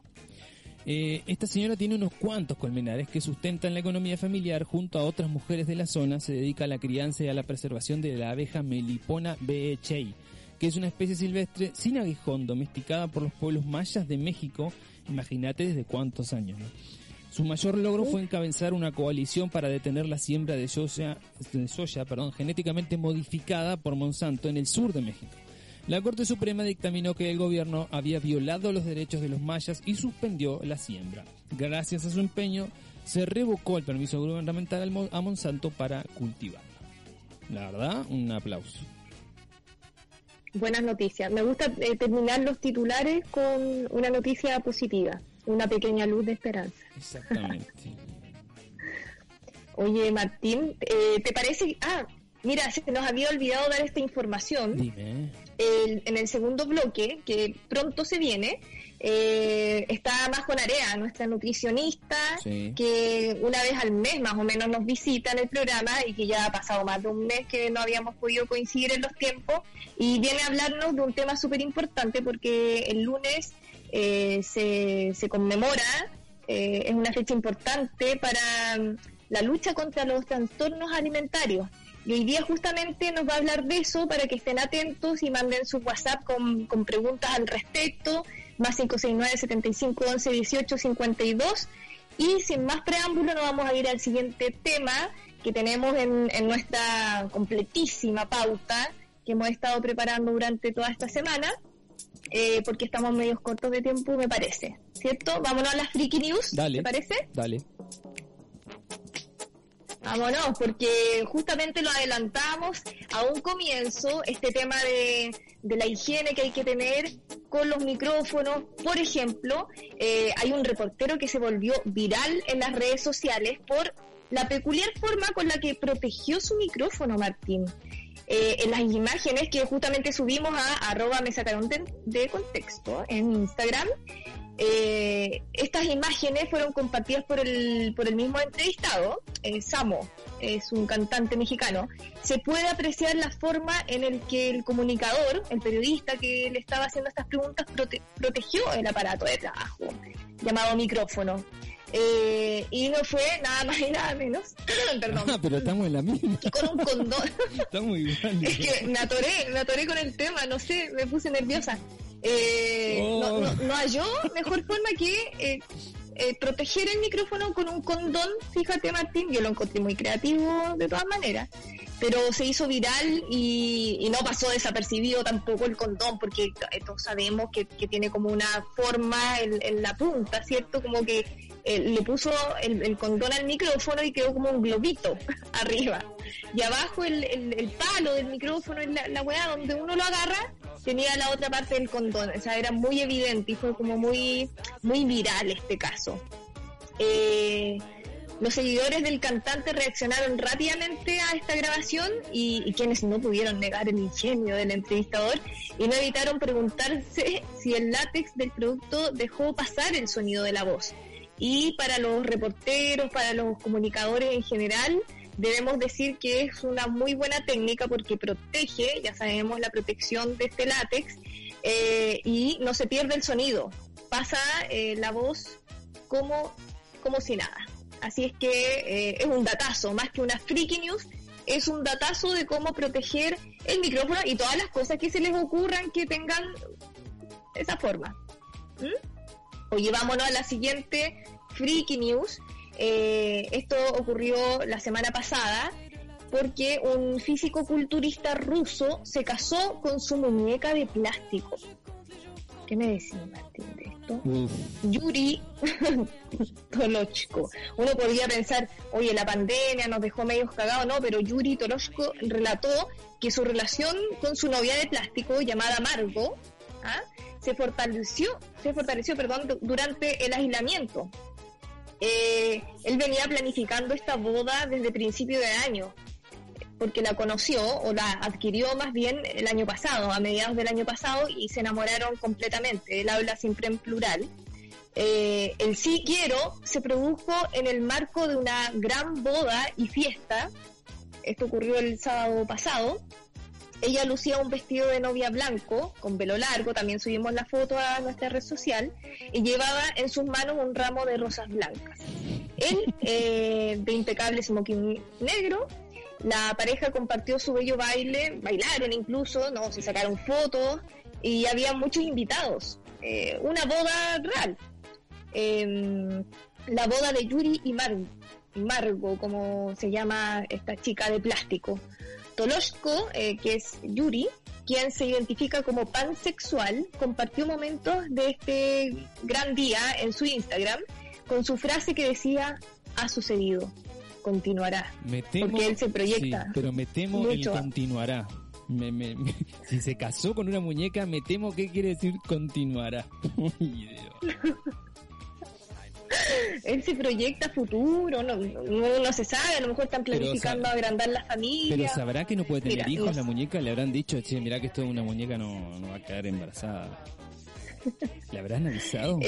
Esta señora tiene unos cuantos colmenares que sustentan la economía familiar. Junto a otras mujeres de la zona se dedica a la crianza y a la preservación de la abeja Melipona beechei, que es una especie silvestre sin aguijón domesticada por los pueblos mayas de México. Imagínate desde cuántos años, ¿no? Su mayor logro fue encabezar una coalición para detener la siembra de soya, genéticamente modificada por Monsanto en el sur de México. La Corte Suprema dictaminó que el gobierno había violado los derechos de los mayas y suspendió la siembra. Gracias a su empeño, se revocó el permiso gubernamental a Monsanto para cultivarla. La verdad, un aplauso. Buenas noticias. Me gusta terminar los titulares con una noticia positiva, una pequeña luz de esperanza. Exactamente. Oye, Martín, ¿te parece? Mira, se nos había olvidado dar esta información. Dime. En el segundo bloque, que pronto se viene, está Majo Narea, nuestra nutricionista, sí, que una vez al mes más o menos nos visita en el programa y que ya ha pasado más de un mes que no habíamos podido coincidir en los tiempos, y viene a hablarnos de un tema súper importante porque el lunes se conmemora, es una fecha importante para la lucha contra los trastornos alimentarios. Y hoy día justamente nos va a hablar de eso para que estén atentos y manden su WhatsApp con preguntas al respecto, más 569-7511-1852. Y sin más preámbulo nos vamos a ir al siguiente tema que tenemos en nuestra completísima pauta que hemos estado preparando durante toda esta semana, porque estamos medios cortos de tiempo, me parece, ¿cierto? Vámonos a las Freaky News. Dale, ¿te parece? Dale. Vámonos, porque justamente lo adelantamos a un comienzo, este tema de la higiene que hay que tener con los micrófonos. Por ejemplo, hay un reportero que se volvió viral en las redes sociales por la peculiar forma con la que protegió su micrófono, Martín. En las imágenes que justamente subimos a @me sacaron de contexto en Instagram, estas imágenes fueron compartidas por el mismo entrevistado, Samo, es un cantante mexicano. Se puede apreciar la forma en el que el comunicador, el periodista que le estaba haciendo estas preguntas, protegió el aparato de trabajo, llamado micrófono. Y no fue nada más y nada menos. Perdón. Pero estamos en la misma. Que con un condón. Estamos igual. Es que me atoré con el tema, no sé, me puse nerviosa. No halló mejor forma que proteger el micrófono con un condón. Fíjate, Martín, yo lo encontré muy creativo de todas maneras, pero se hizo viral y no pasó desapercibido tampoco el condón, porque todos sabemos que tiene como una forma en la punta, ¿cierto? Como que le puso el condón al micrófono y quedó como un globito arriba, y abajo el palo del micrófono, en la weá donde uno lo agarra, tenía la otra parte del condón. O sea, era muy evidente y fue como muy, muy viral este caso. Los seguidores del cantante reaccionaron rápidamente a esta grabación y quienes no pudieron negar el ingenio del entrevistador y no evitaron preguntarse si el látex del producto dejó pasar el sonido de la voz. Y para los reporteros, para los comunicadores en general, debemos decir que es una muy buena técnica porque protege, ya sabemos la protección de este látex, y no se pierde el sonido, pasa la voz como si nada. Así es que es un datazo, más que una freaky news, es un datazo de cómo proteger el micrófono y todas las cosas que se les ocurran que tengan esa forma. Oye, vámonos a la siguiente freaky news. Esto ocurrió la semana pasada porque un físico-culturista ruso se casó con su muñeca de plástico. ¿Qué me decís, Martín, de esto? Yuri Tolochko. Uno podría pensar, oye, la pandemia nos dejó medios cagados, no, pero Yuri Tolochko relató que su relación con su novia de plástico, llamada Margo, se fortaleció, durante el aislamiento. Él venía planificando esta boda desde principio de año, porque la conoció, o la adquirió más bien el año pasado, a mediados del año pasado, y se enamoraron completamente. Él habla siempre en plural. El sí quiero se produjo en el marco de una gran boda y fiesta. Esto ocurrió el sábado pasado. Ella lucía un vestido de novia blanco, con velo largo, también subimos la foto a nuestra red social, y llevaba en sus manos un ramo de rosas blancas. Él, de impecable smoking negro. La pareja compartió su bello baile, bailaron incluso, no, se sacaron fotos, y había muchos invitados. Una boda real. La boda de Yuri y Margo, como se llama esta chica de plástico. Tolochko, que es Yuri, quien se identifica como pansexual, compartió momentos de este gran día en su Instagram con su frase que decía: ha sucedido, continuará. Porque él se proyecta. Sí, pero me temo mucho. El continuará. Si se casó con una muñeca, me temo que quiere decir continuará. Él se proyecta futuro, no se sabe, a lo mejor están planificando agrandar la familia. Pero sabrá que no puede tener hijos la muñeca, le habrán dicho, che, mirá que esto es una muñeca, no va a quedar embarazada. ¿Le habrán avisado?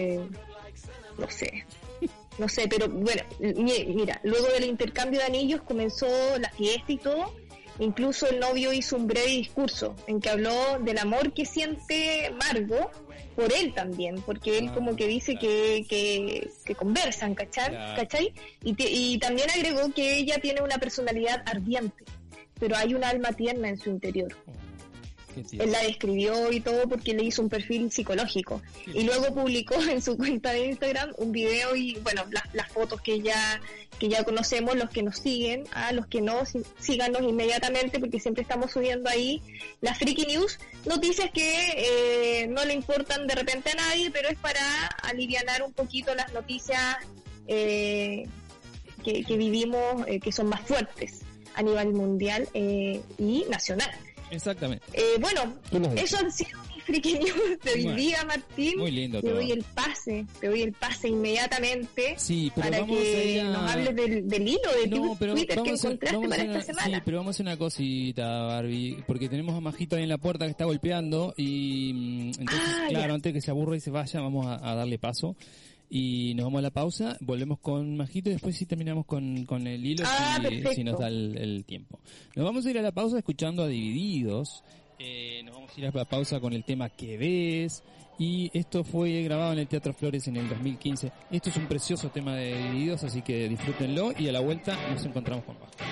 No sé, pero bueno, mira, luego del intercambio de anillos comenzó la fiesta y todo. Incluso el novio hizo un breve discurso en que habló del amor que siente Margo por él también, porque él como que dice que conversan, ¿cachai? Y también agregó que ella tiene una personalidad ardiente, pero hay un alma tierna en su interior. Él la describió y todo porque le hizo un perfil psicológico. Y luego publicó en su cuenta de Instagram un video y, bueno, las fotos que ya conocemos, los que nos siguen, los que no, síganos inmediatamente porque siempre estamos subiendo ahí las freaky news, noticias que no le importan de repente a nadie, pero es para alivianar un poquito las noticias que vivimos, que son más fuertes a nivel mundial y nacional. Exactamente. Bueno, eso han sido mis friki news de hoy día, Martín. Muy lindo te todo. doy el pase inmediatamente pero para que nos hables del hilo de Twitter que encontraste para esta semana. Sí, pero vamos a hacer una cosita, Barbie, porque tenemos a Majito ahí en la puerta que está golpeando y entonces, claro, antes que se aburra y se vaya, vamos a darle paso. Y nos vamos a la pausa, volvemos con Majito y después sí terminamos con el hilo si nos da el tiempo. Nos vamos a ir a la pausa escuchando a Divididos, nos vamos a ir a la pausa con el tema ¿Qué ves? Y esto fue grabado en el Teatro Flores en el 2015. Esto es un precioso tema de Divididos, así que disfrútenlo y a la vuelta nos encontramos con más.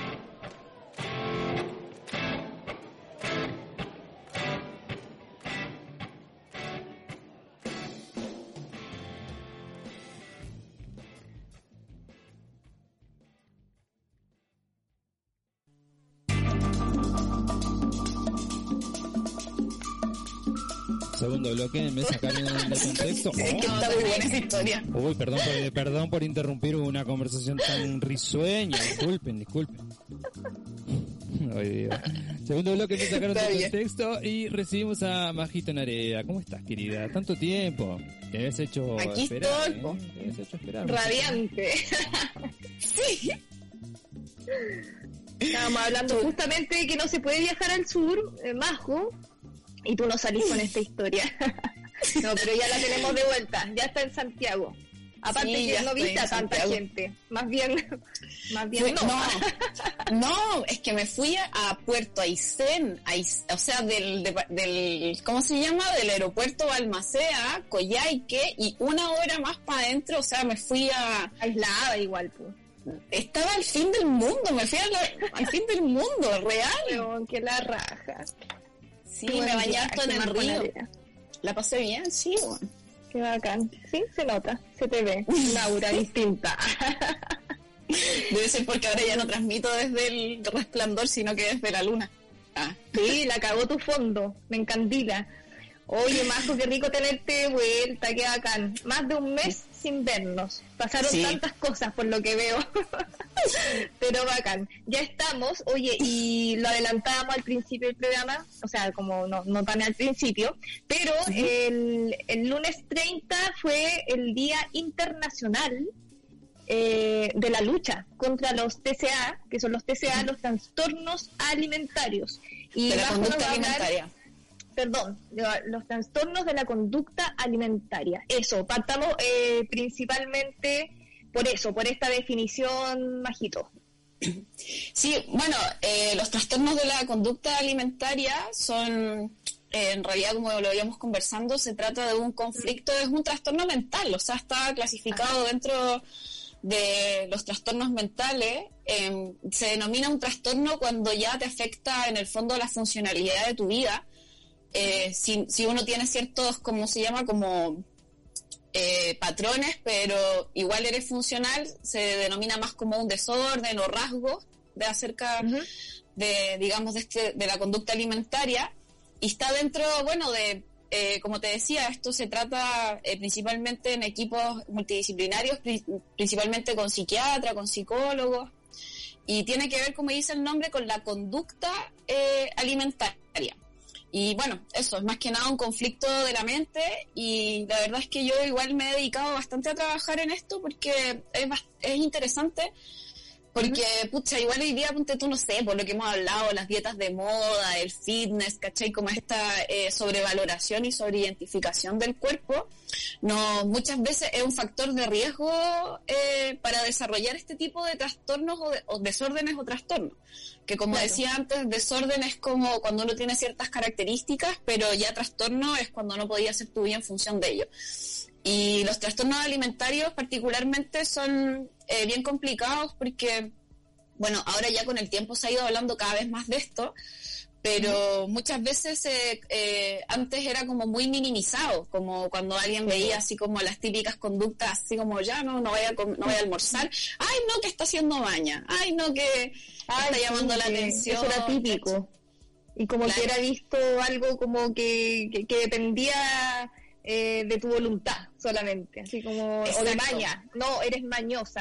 Segundo bloque, me sacaron del contexto. Está muy buena esa historia. Uy, perdón por interrumpir una conversación tan risueña. Disculpen. Ay, Dios. Segundo bloque, me sacaron del contexto y recibimos a Majito Narea. ¿Cómo estás, querida? Tanto tiempo. Te habías hecho aquí esperar. Estoy, Te habías hecho esperar. Radiante. Sí. Estábamos hablando justamente de que no se puede viajar al sur, Majo. Y tú no salís con esta historia. No, pero ya la tenemos de vuelta. Ya está en Santiago. Aparte sí, que no viste a tanta Santiago. Gente. Más bien no, es que me fui a Puerto Aysén, o sea, del ¿cómo se llama? Del aeropuerto Balmaceda, Coyhaique, y una hora más para adentro, o sea, me fui aislada igual, pues. Estaba al fin del mundo, me fui al fin del mundo, real. Pero que la raja. Sí, me bañé harto en el río. La pasé bien, sí, bueno. Qué bacán. Sí, se nota, se te ve una aura distinta. Debe ser porque ahora ya no transmito desde el Resplandor, sino que desde la luna. Sí, la cagó tu fondo, me encandila. Oye, Majo, qué rico tenerte de vuelta, qué bacán. Más de un mes sin vernos. Pasaron tantas cosas por lo que veo. Pero bacán. Ya estamos, oye, y lo adelantábamos al principio del programa, o sea, como no tan al principio, pero el lunes 30 fue el Día Internacional de la lucha contra los TCA, que son los TCA, los trastornos alimentarios. Y de la conducta alimentaria. Perdón, los trastornos de la conducta alimentaria. Eso, partamos principalmente por eso, por esta definición, Majito. Sí, bueno, los trastornos de la conducta alimentaria son, en realidad, como lo habíamos conversando, se trata de un conflicto, es un trastorno mental, o sea, está clasificado dentro de los trastornos mentales. Se denomina un trastorno cuando ya te afecta, en el fondo, la funcionalidad de tu vida. Si uno tiene ciertos, como se llama, como patrones, pero igual eres funcional, se denomina más como un desorden o rasgo de acerca de, digamos, de la conducta alimentaria, y está dentro, bueno, de como te decía, esto se trata principalmente en equipos multidisciplinarios, principalmente con psiquiatra, con psicólogos, y tiene que ver, como dice el nombre, con la conducta alimentaria. Y bueno, eso es más que nada un conflicto de la mente, y la verdad es que yo igual me he dedicado bastante a trabajar en esto porque es interesante, porque pucha, igual hoy día, ponte tú, no sé, por lo que hemos hablado, las dietas de moda, el fitness, ¿cachai? Como esta sobrevaloración y sobreidentificación del cuerpo, muchas veces es un factor de riesgo para desarrollar este tipo de trastornos o desórdenes o trastornos. Que como decía antes, desorden es como cuando uno tiene ciertas características, pero ya trastorno es cuando no podía hacer tu vida en función de ello. Y los trastornos alimentarios particularmente son bien complicados porque, bueno, ahora ya con el tiempo se ha ido hablando cada vez más de esto, pero muchas veces antes era como muy minimizado, como cuando alguien veía así como las típicas conductas, así como ya no voy a almorzar, ay no, que está haciendo maña, ay no, que está llamando la atención. Eso era típico, y como que era visto algo como que dependía de tu voluntad solamente, así como, o de maña, no, eres mañosa.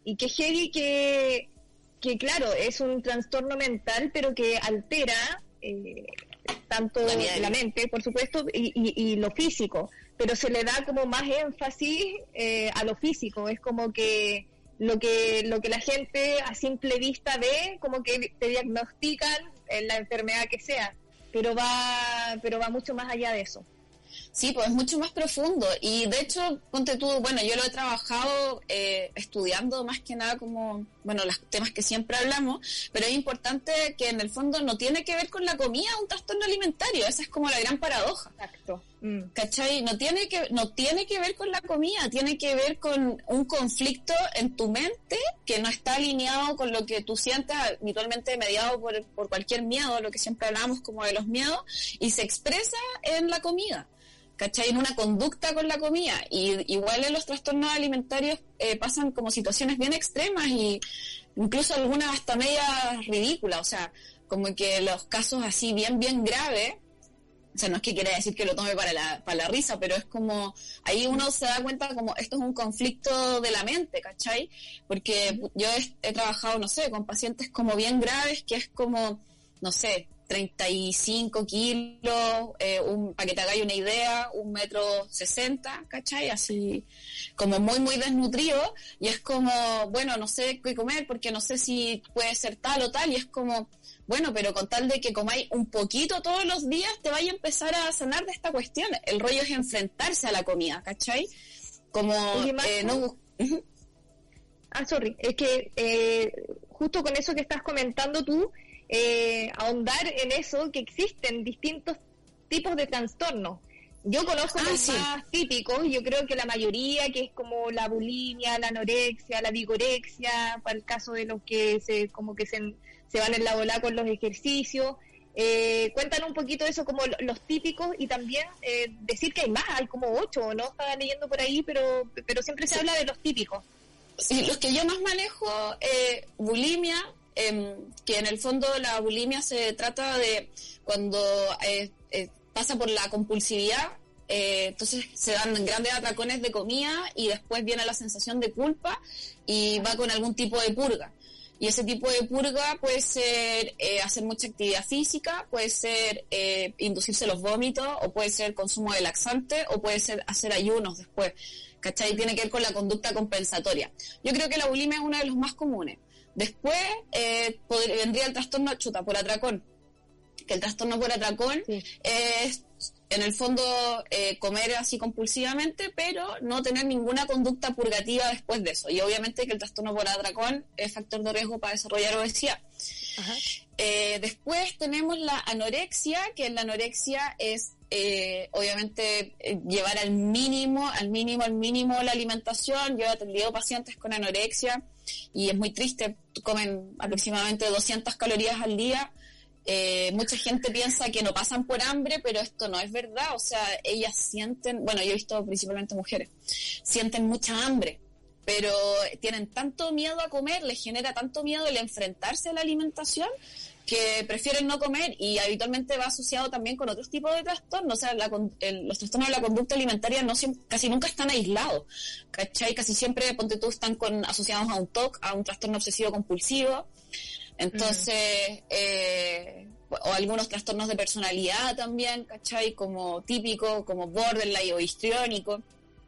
Y que heavy que claro, es un trastorno mental, pero que altera tanto la mente, por supuesto, y lo físico, pero se le da como más énfasis a lo físico. Es como que lo que la gente a simple vista ve, como que te diagnostican la enfermedad que sea, pero va mucho más allá de eso. Sí, pues es mucho más profundo, y de hecho, ponte tú, bueno, yo lo he trabajado estudiando más que nada como, bueno, los temas que siempre hablamos, pero es importante que en el fondo no tiene que ver con la comida un trastorno alimentario, esa es como la gran paradoja. Exacto. ¿Cachai? No tiene que ver con la comida, tiene que ver con un conflicto en tu mente que no está alineado con lo que tú sientes, habitualmente mediado por cualquier miedo, lo que siempre hablamos como de los miedos, y se expresa en la comida, ¿cachai? En una conducta con la comida. Y igual en los trastornos alimentarios pasan como situaciones bien extremas, y incluso algunas hasta medias ridículas, o sea, como que los casos así bien graves. O sea, no es que quiera decir que lo tome para la risa, pero es como, ahí uno se da cuenta como esto es un conflicto de la mente, ¿cachai? Porque yo he trabajado, no sé, con pacientes como bien graves, que es como, no sé, 35 kilos, para que te hagáis una idea, 1,60 m, ¿cachai? Así, como muy desnutrido, y es como, bueno, no sé qué comer, porque no sé si puede ser tal o tal, y es como, bueno, pero con tal de que comáis un poquito todos los días, te vais a empezar a sanar de esta cuestión. El rollo es enfrentarse a la comida, ¿cachai? Como, no... sorry, es que justo con eso que estás comentando tú, ahondar en eso, que existen distintos tipos de trastornos. Yo conozco los más típicos, yo creo que la mayoría, que es como la bulimia, la anorexia, la vigorexia, para el caso de los que se van en la bola con los ejercicios. Cuéntanos un poquito de eso, como los típicos, y también decir que hay más, hay como 8, ¿no? Estaba leyendo por ahí, pero siempre se habla de los típicos. Sí, los que yo más manejo, bulimia, que en el fondo la bulimia se trata de cuando pasa por la compulsividad, entonces se dan grandes atracones de comida y después viene la sensación de culpa y va con algún tipo de purga. Y ese tipo de purga puede ser hacer mucha actividad física, puede ser inducirse los vómitos, o puede ser consumo de laxante, o puede ser hacer ayunos después, ¿cachai? Tiene que ver con la conducta compensatoria. Yo creo que la bulimia es uno de los más comunes. Después vendría el trastorno por atracón, que el trastorno por atracón es, en el fondo, comer así compulsivamente, pero no tener ninguna conducta purgativa después de eso. Y obviamente que el trastorno por atracón es factor de riesgo para desarrollar obesidad. Después tenemos la anorexia, que la anorexia es obviamente llevar al mínimo la alimentación. Yo he atendido pacientes con anorexia y es muy triste, comen aproximadamente 200 calorías al día. Mucha gente piensa que no pasan por hambre, pero esto no es verdad. O sea, ellas sienten, bueno, yo he visto principalmente mujeres, sienten mucha hambre, pero tienen tanto miedo a comer, les genera tanto miedo el enfrentarse a la alimentación, que prefieren no comer, y habitualmente va asociado también con otros tipos de trastornos. O sea, los trastornos de la conducta alimentaria casi nunca están aislados, ¿cachai? Casi siempre, ponte tú, están asociados a un TOC, a un trastorno obsesivo compulsivo. Entonces, o algunos trastornos de personalidad también, ¿cachai? Como típico, como borderline o histriónico.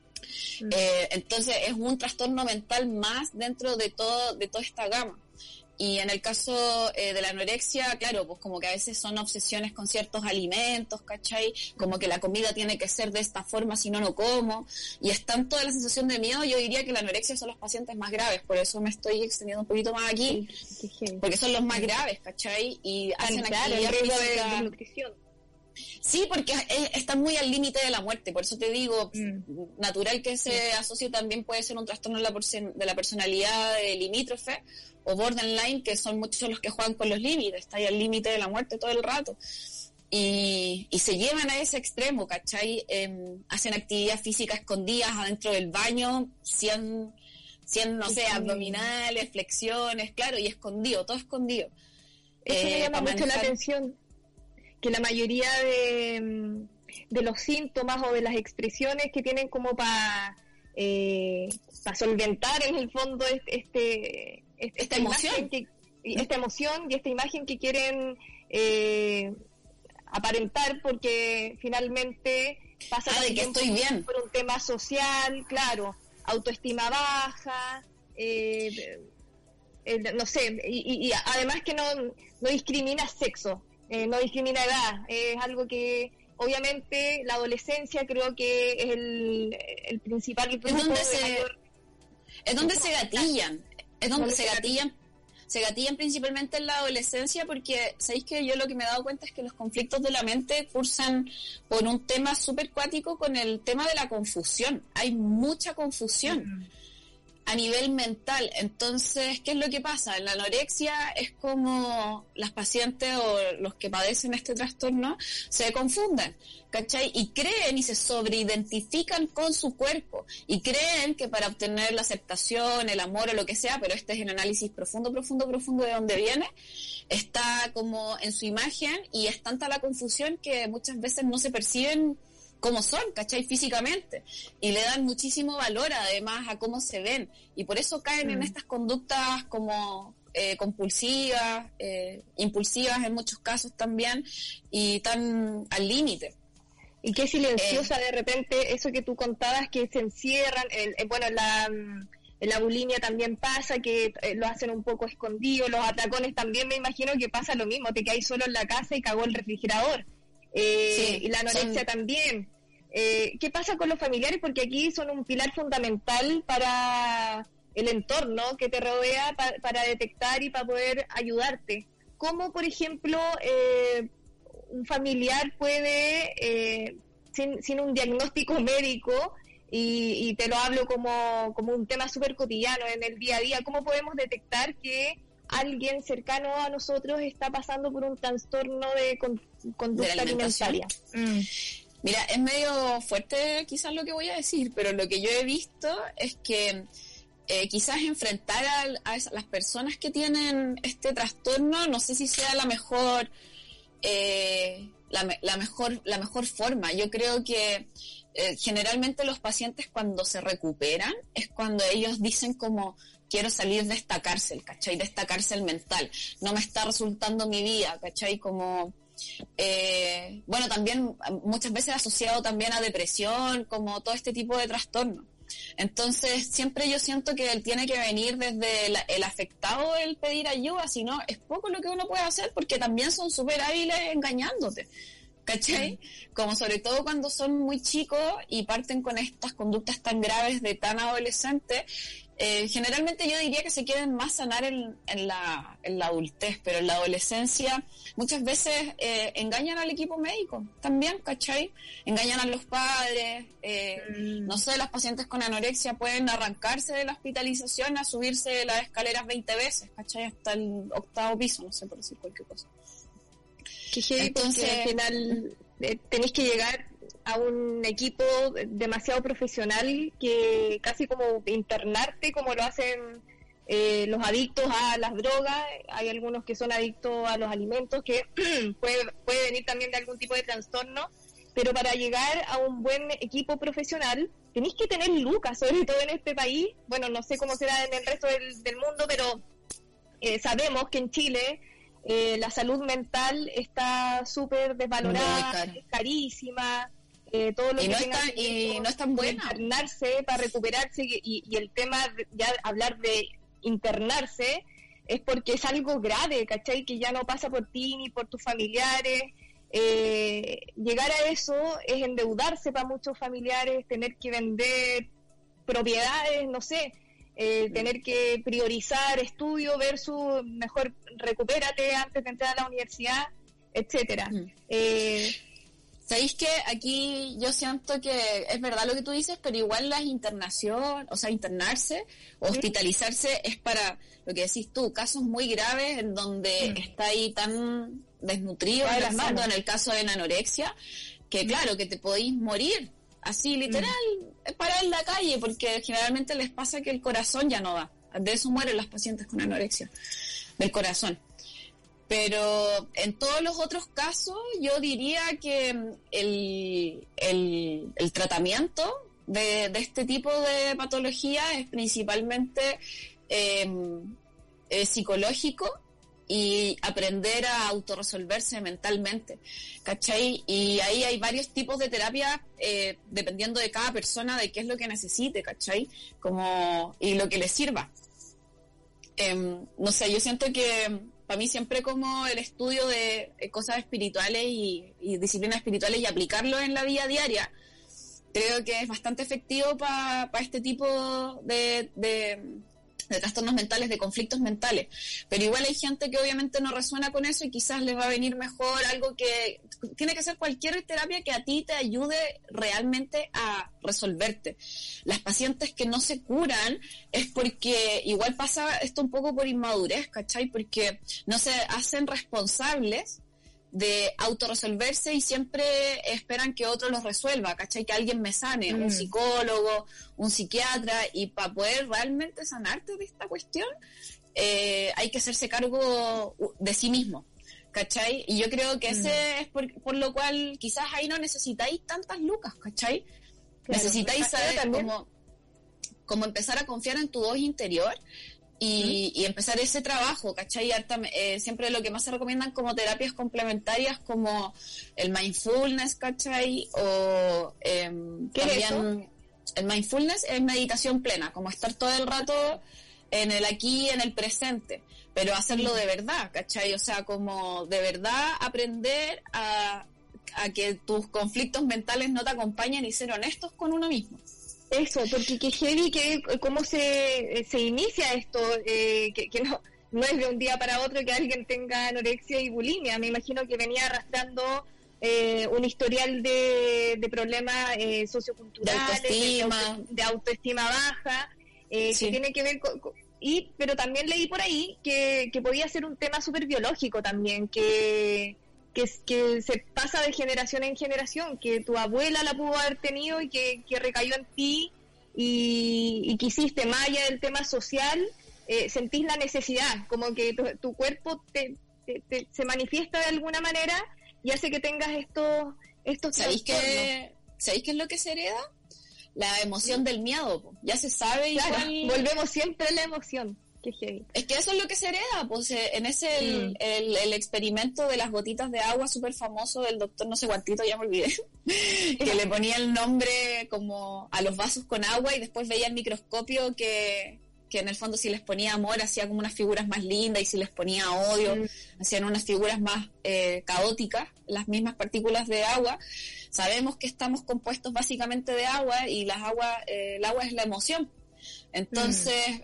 Entonces es un trastorno mental más dentro de toda esta gama. Y en el caso de la anorexia, claro, pues como que a veces son obsesiones con ciertos alimentos, ¿cachai? Como que la comida tiene que ser de esta forma, si no, no como. Y es tanto de la sensación de miedo, yo diría que la anorexia son los pacientes más graves, por eso me estoy extendiendo un poquito más aquí, porque son los más graves, ¿cachai? Y hacen actividad física de nutrición. Sí, porque están muy al límite de la muerte, por eso te digo, natural que se asocie también puede ser un trastorno de la personalidad limítrofe, o borderline, que son muchos los que juegan con los límites, está ahí al límite de la muerte todo el rato. Y se llevan a ese extremo, ¿cachai? Hacen actividad física escondidas adentro del baño, 100 no sé, abdominales, flexiones, claro, y escondido, todo escondido. Eso me llama mucho la atención, que la mayoría de los síntomas o de las expresiones que tienen como para para solventar en el fondo esta emoción y esta imagen que quieren aparentar, porque finalmente pasa de que estoy bien por un tema social, claro, autoestima baja, no sé, y además que no discrimina sexo, no discrimina edad, es algo que obviamente la adolescencia creo que es el principal grupo es donde se gatillan, se gatillan principalmente en la adolescencia, porque sabéis que yo lo que me he dado cuenta es que los conflictos de la mente cursan por un tema súper cuático con el tema de la confusión. Hay mucha confusión a nivel mental. Entonces, ¿qué es lo que pasa? En la anorexia es como las pacientes o los que padecen este trastorno se confunden, ¿cachai? Y creen y se sobreidentifican con su cuerpo y creen que para obtener la aceptación, el amor o lo que sea, pero este es el análisis profundo de dónde viene, está como en su imagen, y es tanta la confusión que muchas veces no se perciben como son, ¿cachai? Físicamente, y le dan muchísimo valor además a cómo se ven, y por eso caen en estas conductas como compulsivas, impulsivas en muchos casos también, y tan al límite. Y qué silenciosa de repente eso que tú contabas, que se encierran, en la bulimia también pasa, que lo hacen un poco escondido, los atracones también me imagino que pasa lo mismo, te caes solo en la casa y cagó el refrigerador. Y la anorexia también. ¿Qué pasa con los familiares? Porque aquí son un pilar fundamental para el entorno que te rodea, para detectar y para poder ayudarte. ¿Cómo, por ejemplo, un familiar puede, sin un diagnóstico médico, y te lo hablo como un tema súper cotidiano en el día a día, cómo podemos detectar que alguien cercano a nosotros está pasando por un trastorno de conducta alimentaria? Mira, es medio fuerte quizás lo que voy a decir, pero lo que yo he visto es que quizás enfrentar a las personas que tienen este trastorno, no sé si sea la mejor forma. Yo creo que generalmente los pacientes, cuando se recuperan, es cuando ellos dicen como: quiero salir de esta cárcel, ¿cachai? De esta cárcel mental. No me está resultando mi vida, ¿cachai? Como, bueno, también muchas veces asociado también a depresión, como todo este tipo de trastornos. Entonces, siempre yo siento que él tiene que venir desde el afectado el pedir ayuda, si no, es poco lo que uno puede hacer, porque también son súper hábiles engañándote, ¿cachai? Como sobre todo cuando son muy chicos y parten con estas conductas tan graves de tan adolescentes. Generalmente yo diría que se quieren más sanar en la adultez, pero en la adolescencia muchas veces engañan al equipo médico también, ¿cachai? Engañan a los padres, no sé, las pacientes con anorexia pueden arrancarse de la hospitalización a subirse de las escaleras 20 veces, ¿cachai? Hasta el 8º piso, no sé, por decir cualquier cosa. Que heavy, entonces, porque al final tenés que llegar a un equipo demasiado profesional, que casi como internarte, como lo hacen los adictos a las drogas. Hay algunos que son adictos a los alimentos, que puede venir también de algún tipo de trastorno, pero para llegar a un buen equipo profesional tenéis que tener lucas, sobre todo en este país. Bueno, no sé cómo será en el resto del mundo, pero sabemos que en Chile la salud mental está súper desvalorada, es carísima. Todo lo que no es tan buena. Internarse para recuperarse, y el tema ya hablar de internarse es porque es algo grave, ¿cachai? Que ya no pasa por ti ni por tus familiares. Llegar a eso es endeudarse para muchos familiares, tener que vender propiedades, no sé, tener que priorizar estudio versus mejor recupérate antes de entrar a la universidad, etcétera. ¿Sabéis que aquí yo siento que es verdad lo que tú dices, pero igual la internación, o sea, internarse, hospitalizarse, es para, lo que decís tú, casos muy graves en donde está ahí tan desnutrido, en el caso de la anorexia, que claro, que te podéis morir, así literal, parar en la calle, porque generalmente les pasa que el corazón ya no da. De eso mueren las pacientes con anorexia, del corazón. Pero en todos los otros casos yo diría que el tratamiento de este tipo de patología es principalmente psicológico y aprender a autorresolverse mentalmente, ¿cachai? Y ahí hay varios tipos de terapia dependiendo de cada persona, de qué es lo que necesite, ¿cachai? Y lo que le sirva. No sé, yo siento que para mí siempre como el estudio de cosas espirituales y disciplinas espirituales y aplicarlo en la vida diaria, creo que es bastante efectivo para este tipo de trastornos mentales, de conflictos mentales. Pero igual hay gente que obviamente no resuena con eso y quizás les va a venir mejor algo que... Tiene que ser cualquier terapia que a ti te ayude realmente a resolverte. Las pacientes que no se curan es porque igual pasa esto un poco por inmadurez, ¿cachai? Porque no se hacen responsables de autorresolverse y siempre esperan que otro los resuelva, ¿cachai? Que alguien me sane, un psicólogo, un psiquiatra, y para poder realmente sanarte de esta cuestión hay que hacerse cargo de sí mismo, ¿cachai? Y yo creo que ese es por lo cual quizás ahí no necesitáis tantas lucas, ¿cachai? Claro, necesitáis saber cómo empezar a confiar en tu voz interior y empezar ese trabajo, ¿cachai? Siempre lo que más se recomiendan como terapias complementarias como el mindfulness, ¿cachai? O también el mindfulness es meditación plena, como estar todo el rato en el aquí, en el presente, pero hacerlo de verdad, ¿cachai? O sea, como de verdad aprender a que tus conflictos mentales no te acompañen y ser honestos con uno mismo. Eso, porque que heavy que cómo se inicia esto, que no es de un día para otro que alguien tenga anorexia y bulimia. Me imagino que venía arrastrando un historial de problemas socioculturales, de autoestima baja, que tiene que ver pero también leí por ahí que podía ser un tema súper biológico también, que se pasa de generación en generación, que tu abuela la pudo haber tenido y que recayó en ti y que hiciste, más allá del tema social, sentís la necesidad, como que tu cuerpo se manifiesta de alguna manera y hace que tengas estos ¿Sabéis qué es lo que se hereda? La emoción del miedo, ya se sabe. Claro, igual... volvemos siempre a la emoción. Es que eso es lo que se hereda, pues en ese el experimento de las gotitas de agua súper famoso del doctor no sé cuantito, ya me olvidé, que le ponía el nombre como a los vasos con agua y después veía el microscopio que en el fondo si les ponía amor hacía como unas figuras más lindas y si les ponía odio hacían unas figuras más caóticas, las mismas partículas de agua. Sabemos que estamos compuestos básicamente de agua y el agua es la emoción. Entonces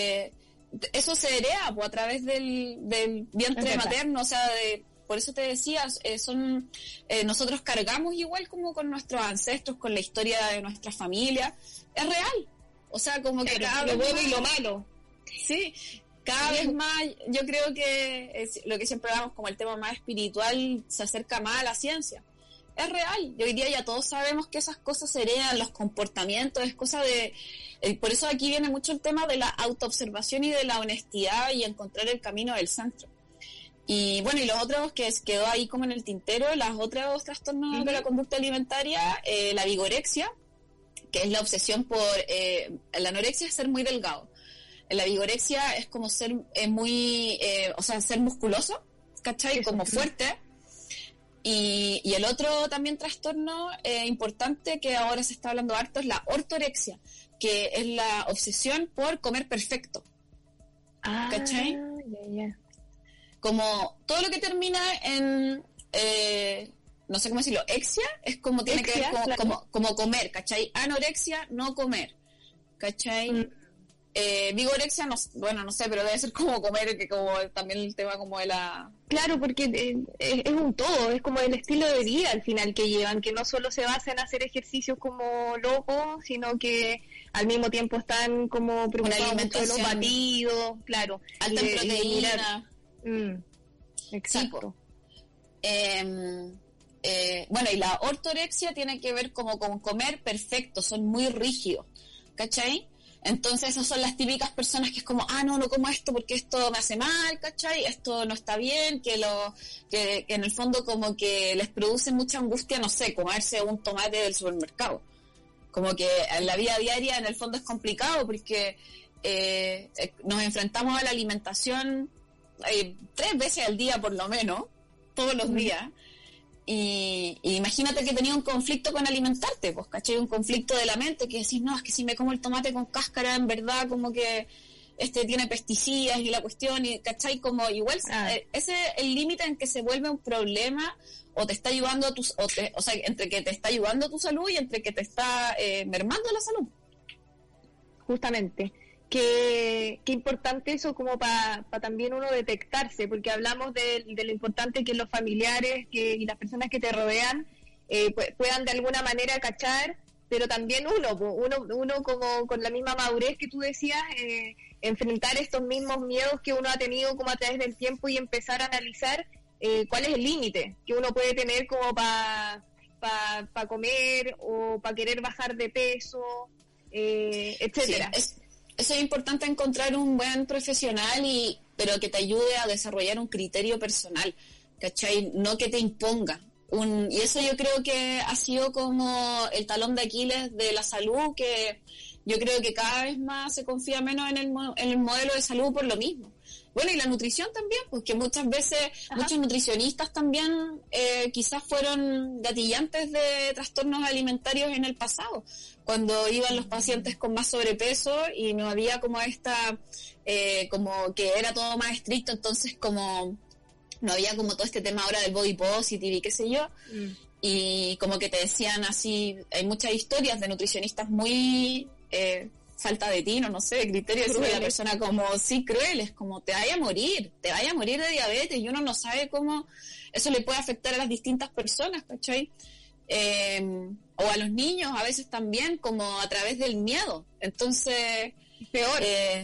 eso se hereda a través del vientre materno, o sea, por eso te decía, nosotros cargamos igual como con nuestros ancestros, con la historia de nuestra familia, es real, o sea, como que cada vez lo bueno y lo malo. Sí, cada vez más, yo creo que lo que siempre hablamos como el tema más espiritual se acerca más a la ciencia. Es real, y hoy día ya todos sabemos que esas cosas se heredan, los comportamientos, es cosa de... por eso aquí viene mucho el tema de la autoobservación y de la honestidad y encontrar el camino del centro. Y bueno, y los otros que quedó ahí como en el tintero, los otros trastornos de la conducta alimentaria, la vigorexia, que es la obsesión por... la anorexia es ser muy delgado. La vigorexia es como ser ser musculoso, ¿cachai? Eso, como fuerte. Y el otro también trastorno importante que ahora se está hablando harto es la ortorexia, que es la obsesión por comer perfecto. ¿Cachai? Como todo lo que termina en, no sé cómo decirlo, exia, es como tiene que ver como comer, ¿cachai? Anorexia, no comer, ¿cachai? Vigorexia, no sé, pero debe ser como comer, que como también el tema como de la... Claro, porque es un todo, es como el estilo de vida al final que llevan, que no solo se basa en hacer ejercicios como locos, sino que al mismo tiempo están como preocupados mucho de los batidos, claro. Alta en proteína. Exacto. Bueno, y la ortorexia tiene que ver como con comer perfecto, son muy rígidos, ¿cachai? Entonces esas son las típicas personas que es como, no como esto porque esto me hace mal, ¿cachai? Esto no está bien, que en el fondo como que les produce mucha angustia, no sé, comerse un tomate del supermercado, Como que en la vida diaria en el fondo es complicado porque nos enfrentamos a la alimentación 3 veces al día por lo menos, todos los días. Y imagínate que tenía un conflicto con alimentarte, pues, ¿cachai? Un conflicto de la mente que decís, no, es que si me como el tomate con cáscara, en verdad como que tiene pesticidas y la cuestión, y ¿cachai? Como igual ese es el límite en que se vuelve un problema o te está ayudando a o sea, entre que te está ayudando a tu salud y entre que te está mermando la salud. Justamente. Qué importante eso como para también uno detectarse, porque hablamos de lo importante que los familiares y las personas que te rodean puedan de alguna manera cachar, pero también uno como con la misma madurez que tú decías, enfrentar estos mismos miedos que uno ha tenido como a través del tiempo y empezar a analizar cuál es el límite que uno puede tener como para comer o para querer bajar de peso, etcétera. Sí, eso es importante, encontrar un buen profesional pero que te ayude a desarrollar un criterio personal, ¿cachai? No que te imponga. Y eso yo creo que ha sido como el talón de Aquiles de la salud, que yo creo que cada vez más se confía menos en el modelo de salud por lo mismo. Bueno, y la nutrición también, porque muchas veces muchos nutricionistas también quizás fueron gatillantes de trastornos alimentarios en el pasado, cuando iban los pacientes con más sobrepeso y no había como como que era todo más estricto, entonces como no había como todo este tema ahora del body positive y qué sé yo, y como que te decían así, hay muchas historias de nutricionistas muy... falta de tino, no sé, de criterio de la persona como sí crueles, como te vaya a morir de diabetes, y uno no sabe cómo eso le puede afectar a las distintas personas, ¿cachai? O a los niños a veces también, como a través del miedo. Entonces, peor.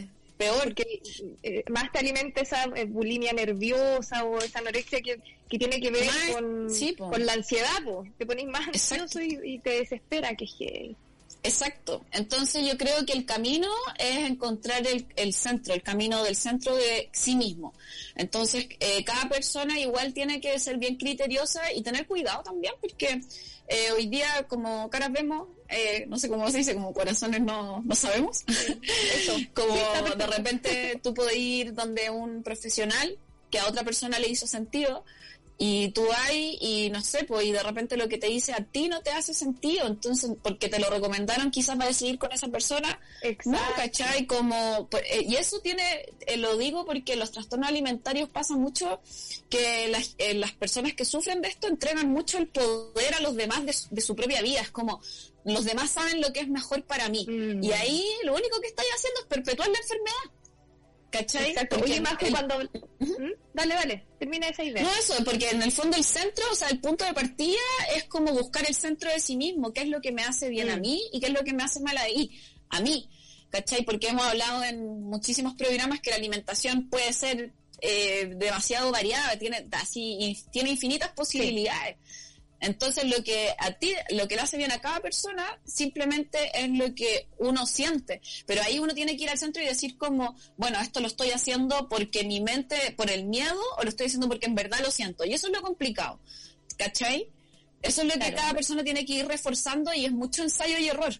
Porque más te alimenta esa bulimia nerviosa o esa anorexia que tiene que ver con la ansiedad, te pones más ansioso y te desespera, que es. Exacto. Entonces yo creo que el camino es encontrar el centro, el camino del centro de sí mismo. Entonces cada persona igual tiene que ser bien criteriosa y tener cuidado también, porque hoy día como caras vemos, no sé cómo se dice, como corazones no sabemos. Eso. Como de repente tú puedes ir donde un profesional que a otra persona le hizo sentido, y tú vas y no sé, pues, y de repente lo que te dice a ti no te hace sentido, entonces, porque te lo recomendaron, quizás vas a seguir con esa persona. Exacto. No, ¿cachai? Como, y eso lo digo porque los trastornos alimentarios pasa mucho que las personas que sufren de esto entregan mucho el poder a los demás de su propia vida, es como, los demás saben lo que es mejor para mí, y ahí lo único que estáis haciendo es perpetuar la enfermedad. ¿Cachai? Exacto. Oye, más que cuando... Dale, termina esa idea. No, eso, porque en el fondo el centro, o sea, el punto de partida es como buscar el centro de sí mismo, qué es lo que me hace bien a mí y qué es lo que me hace mal a mí, ¿cachai? Porque hemos hablado en muchísimos programas que la alimentación puede ser demasiado variada, tiene infinitas posibilidades. Sí. Entonces lo que le hace bien a cada persona simplemente es lo que uno siente, pero ahí uno tiene que ir al centro y decir como, bueno, esto lo estoy haciendo porque mi mente, por el miedo, o lo estoy haciendo porque en verdad lo siento, y eso es lo complicado, ¿cachai? Eso es lo que cada persona tiene que ir reforzando, y es mucho ensayo y error.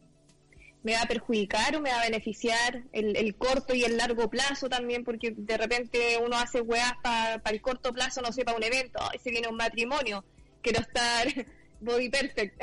¿Me va a perjudicar o me va a beneficiar el corto y el largo plazo también? Porque de repente uno hace weas para el corto plazo, no sé, para un evento, se viene un matrimonio, quiero estar body perfect,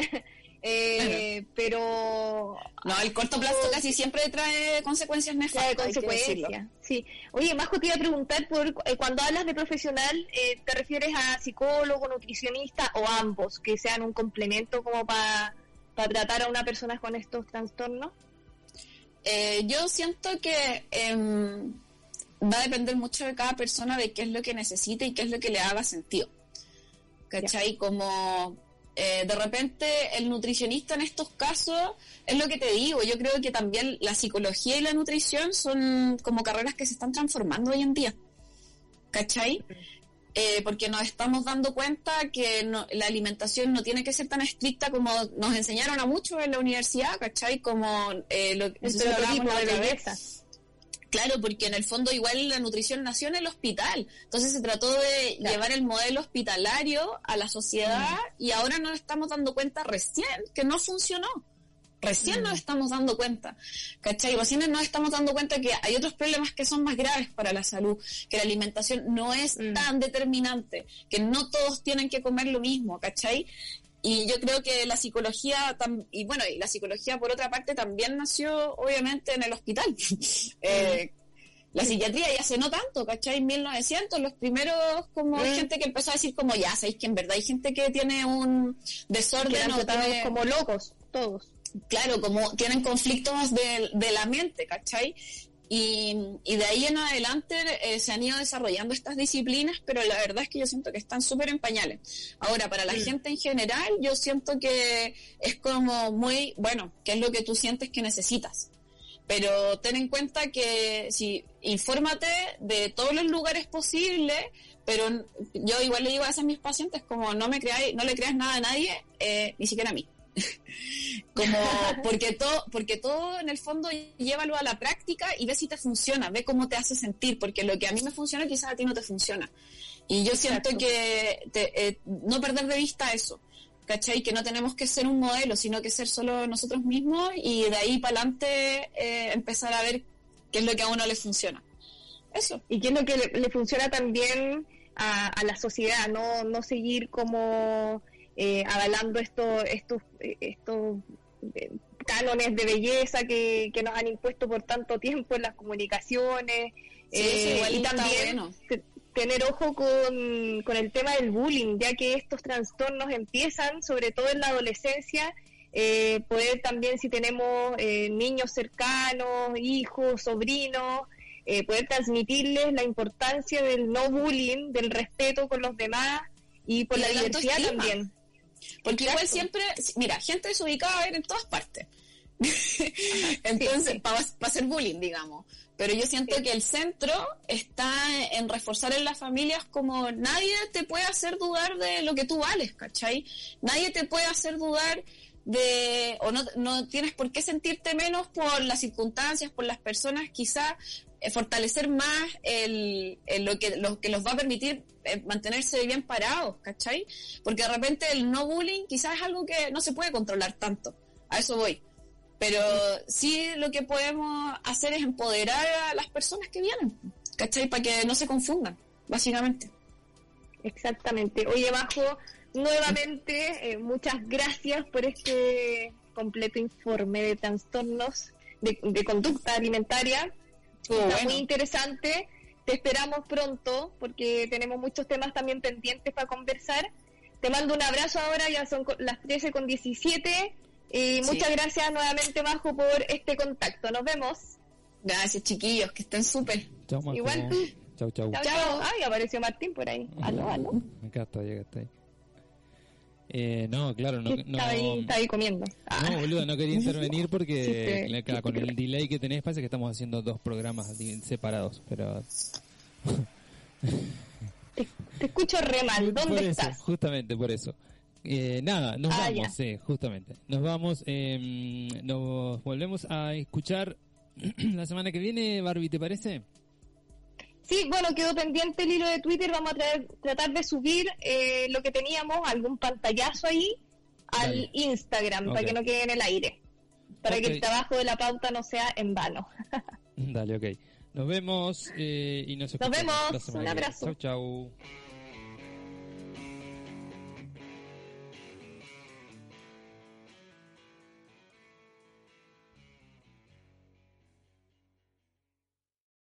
pero... No, el corto plazo casi siempre trae consecuencias nefastas. Trae consecuencias, sí. Oye, Majo, te iba a preguntar, cuando hablas de profesional, ¿te refieres a psicólogo, nutricionista o ambos, que sean un complemento como para tratar a una persona con estos trastornos? Yo siento que va a depender mucho de cada persona, de qué es lo que necesite y qué es lo que le haga sentido. ¿Cachai? Ya. Como de repente el nutricionista en estos casos, es lo que te digo, yo creo que también la psicología y la nutrición son como carreras que se están transformando hoy en día, ¿cachai? Porque nos estamos dando cuenta que la alimentación no tiene que ser tan estricta como nos enseñaron a muchos en la universidad, ¿cachai? Como lo que hablábamos la otra vez. Claro, porque en el fondo igual la nutrición nació en el hospital, entonces se trató de llevar el modelo hospitalario a la sociedad, y ahora nos estamos dando cuenta recién que no funcionó. Recién nos estamos dando cuenta, ¿cachai? Recién nos estamos dando cuenta que hay otros problemas que son más graves para la salud, que la alimentación no es tan determinante, que no todos tienen que comer lo mismo, ¿cachai? Y yo creo que la psicología, y la psicología por otra parte también nació obviamente en el hospital. La psiquiatría ya hace no tanto, ¿cachai? En 1900, los primeros gente que empezó a decir como, ya, sabéis que en verdad hay gente que tiene un desorden o tiene... como locos, todos. Claro, como tienen conflictos de la mente, ¿cachai? Y de ahí en adelante se han ido desarrollando estas disciplinas, pero la verdad es que yo siento que están súper en pañales. Ahora, para la gente en general, yo siento que es como muy, bueno, ¿qué es lo que tú sientes que necesitas? Pero ten en cuenta que infórmate de todos los lugares posibles, pero yo igual le digo a mis pacientes como no le creas nada a nadie, ni siquiera a mí. Como porque todo en el fondo llévalo a la práctica y ve si te funciona, ve cómo te hace sentir, porque lo que a mí me funciona quizás a ti no te funciona. Y yo siento que no perder de vista eso, ¿cachai? Que no tenemos que ser un modelo, sino que ser solo nosotros mismos y de ahí para adelante empezar a ver qué es lo que a uno le funciona. Eso. Y qué es lo que le funciona también a la sociedad, no seguir como avalando estos cánones de belleza que nos han impuesto por tanto tiempo en las comunicaciones. Y también tener ojo con el tema del bullying, ya que estos trastornos empiezan sobre todo en la adolescencia. Poder también, si tenemos niños cercanos, hijos, sobrinos, poder transmitirles la importancia del no bullying, del respeto con los demás y por la diversidad también. Porque igual siempre, mira, gente desubicada va a haber en todas partes. Entonces, para hacer bullying, digamos. Pero yo siento que el centro está en reforzar en las familias como nadie te puede hacer dudar de lo que tú vales, ¿cachai? Nadie te puede hacer dudar o no tienes por qué sentirte menos por las circunstancias, por las personas, quizás fortalecer más lo que los va a permitir mantenerse bien parados, ¿cachai? Porque de repente el no bullying quizás es algo que no se puede controlar tanto, a eso voy. Pero sí lo que podemos hacer es empoderar a las personas que vienen, ¿cachai? Para que no se confundan, básicamente. Exactamente. Oye, Majo, nuevamente, muchas gracias por este completo informe de trastornos de conducta alimentaria. Está muy interesante. Te esperamos pronto porque tenemos muchos temas también pendientes para conversar. Te mando un abrazo ahora, ya son las 13:17. Y muchas gracias nuevamente, Majo, por este contacto. Nos vemos. Gracias, chiquillos, que estén súper. Chao, Majo. Igual tú. Chau. Chao. Ay, apareció Martín por ahí. Aló. Acá está ahí. No, claro, no. Está ahí comiendo. No, boludo, no quería intervenir porque con el delay que tenés parece que estamos haciendo dos programas separados, pero... Te escucho re mal. ¿Dónde estás? Justamente por eso. Nada, nos vamos, justamente. Nos vamos, nos volvemos a escuchar la semana que viene, Barbie, ¿te parece? Sí, bueno, quedó pendiente el hilo de Twitter. Vamos a tratar de subir lo que teníamos, algún pantallazo ahí, al Instagram, para que no quede en el aire. Para que el trabajo de la pauta no sea en vano. Dale, ok. Nos vemos y nos escuchamos. Nos vemos. Un abrazo. Chau.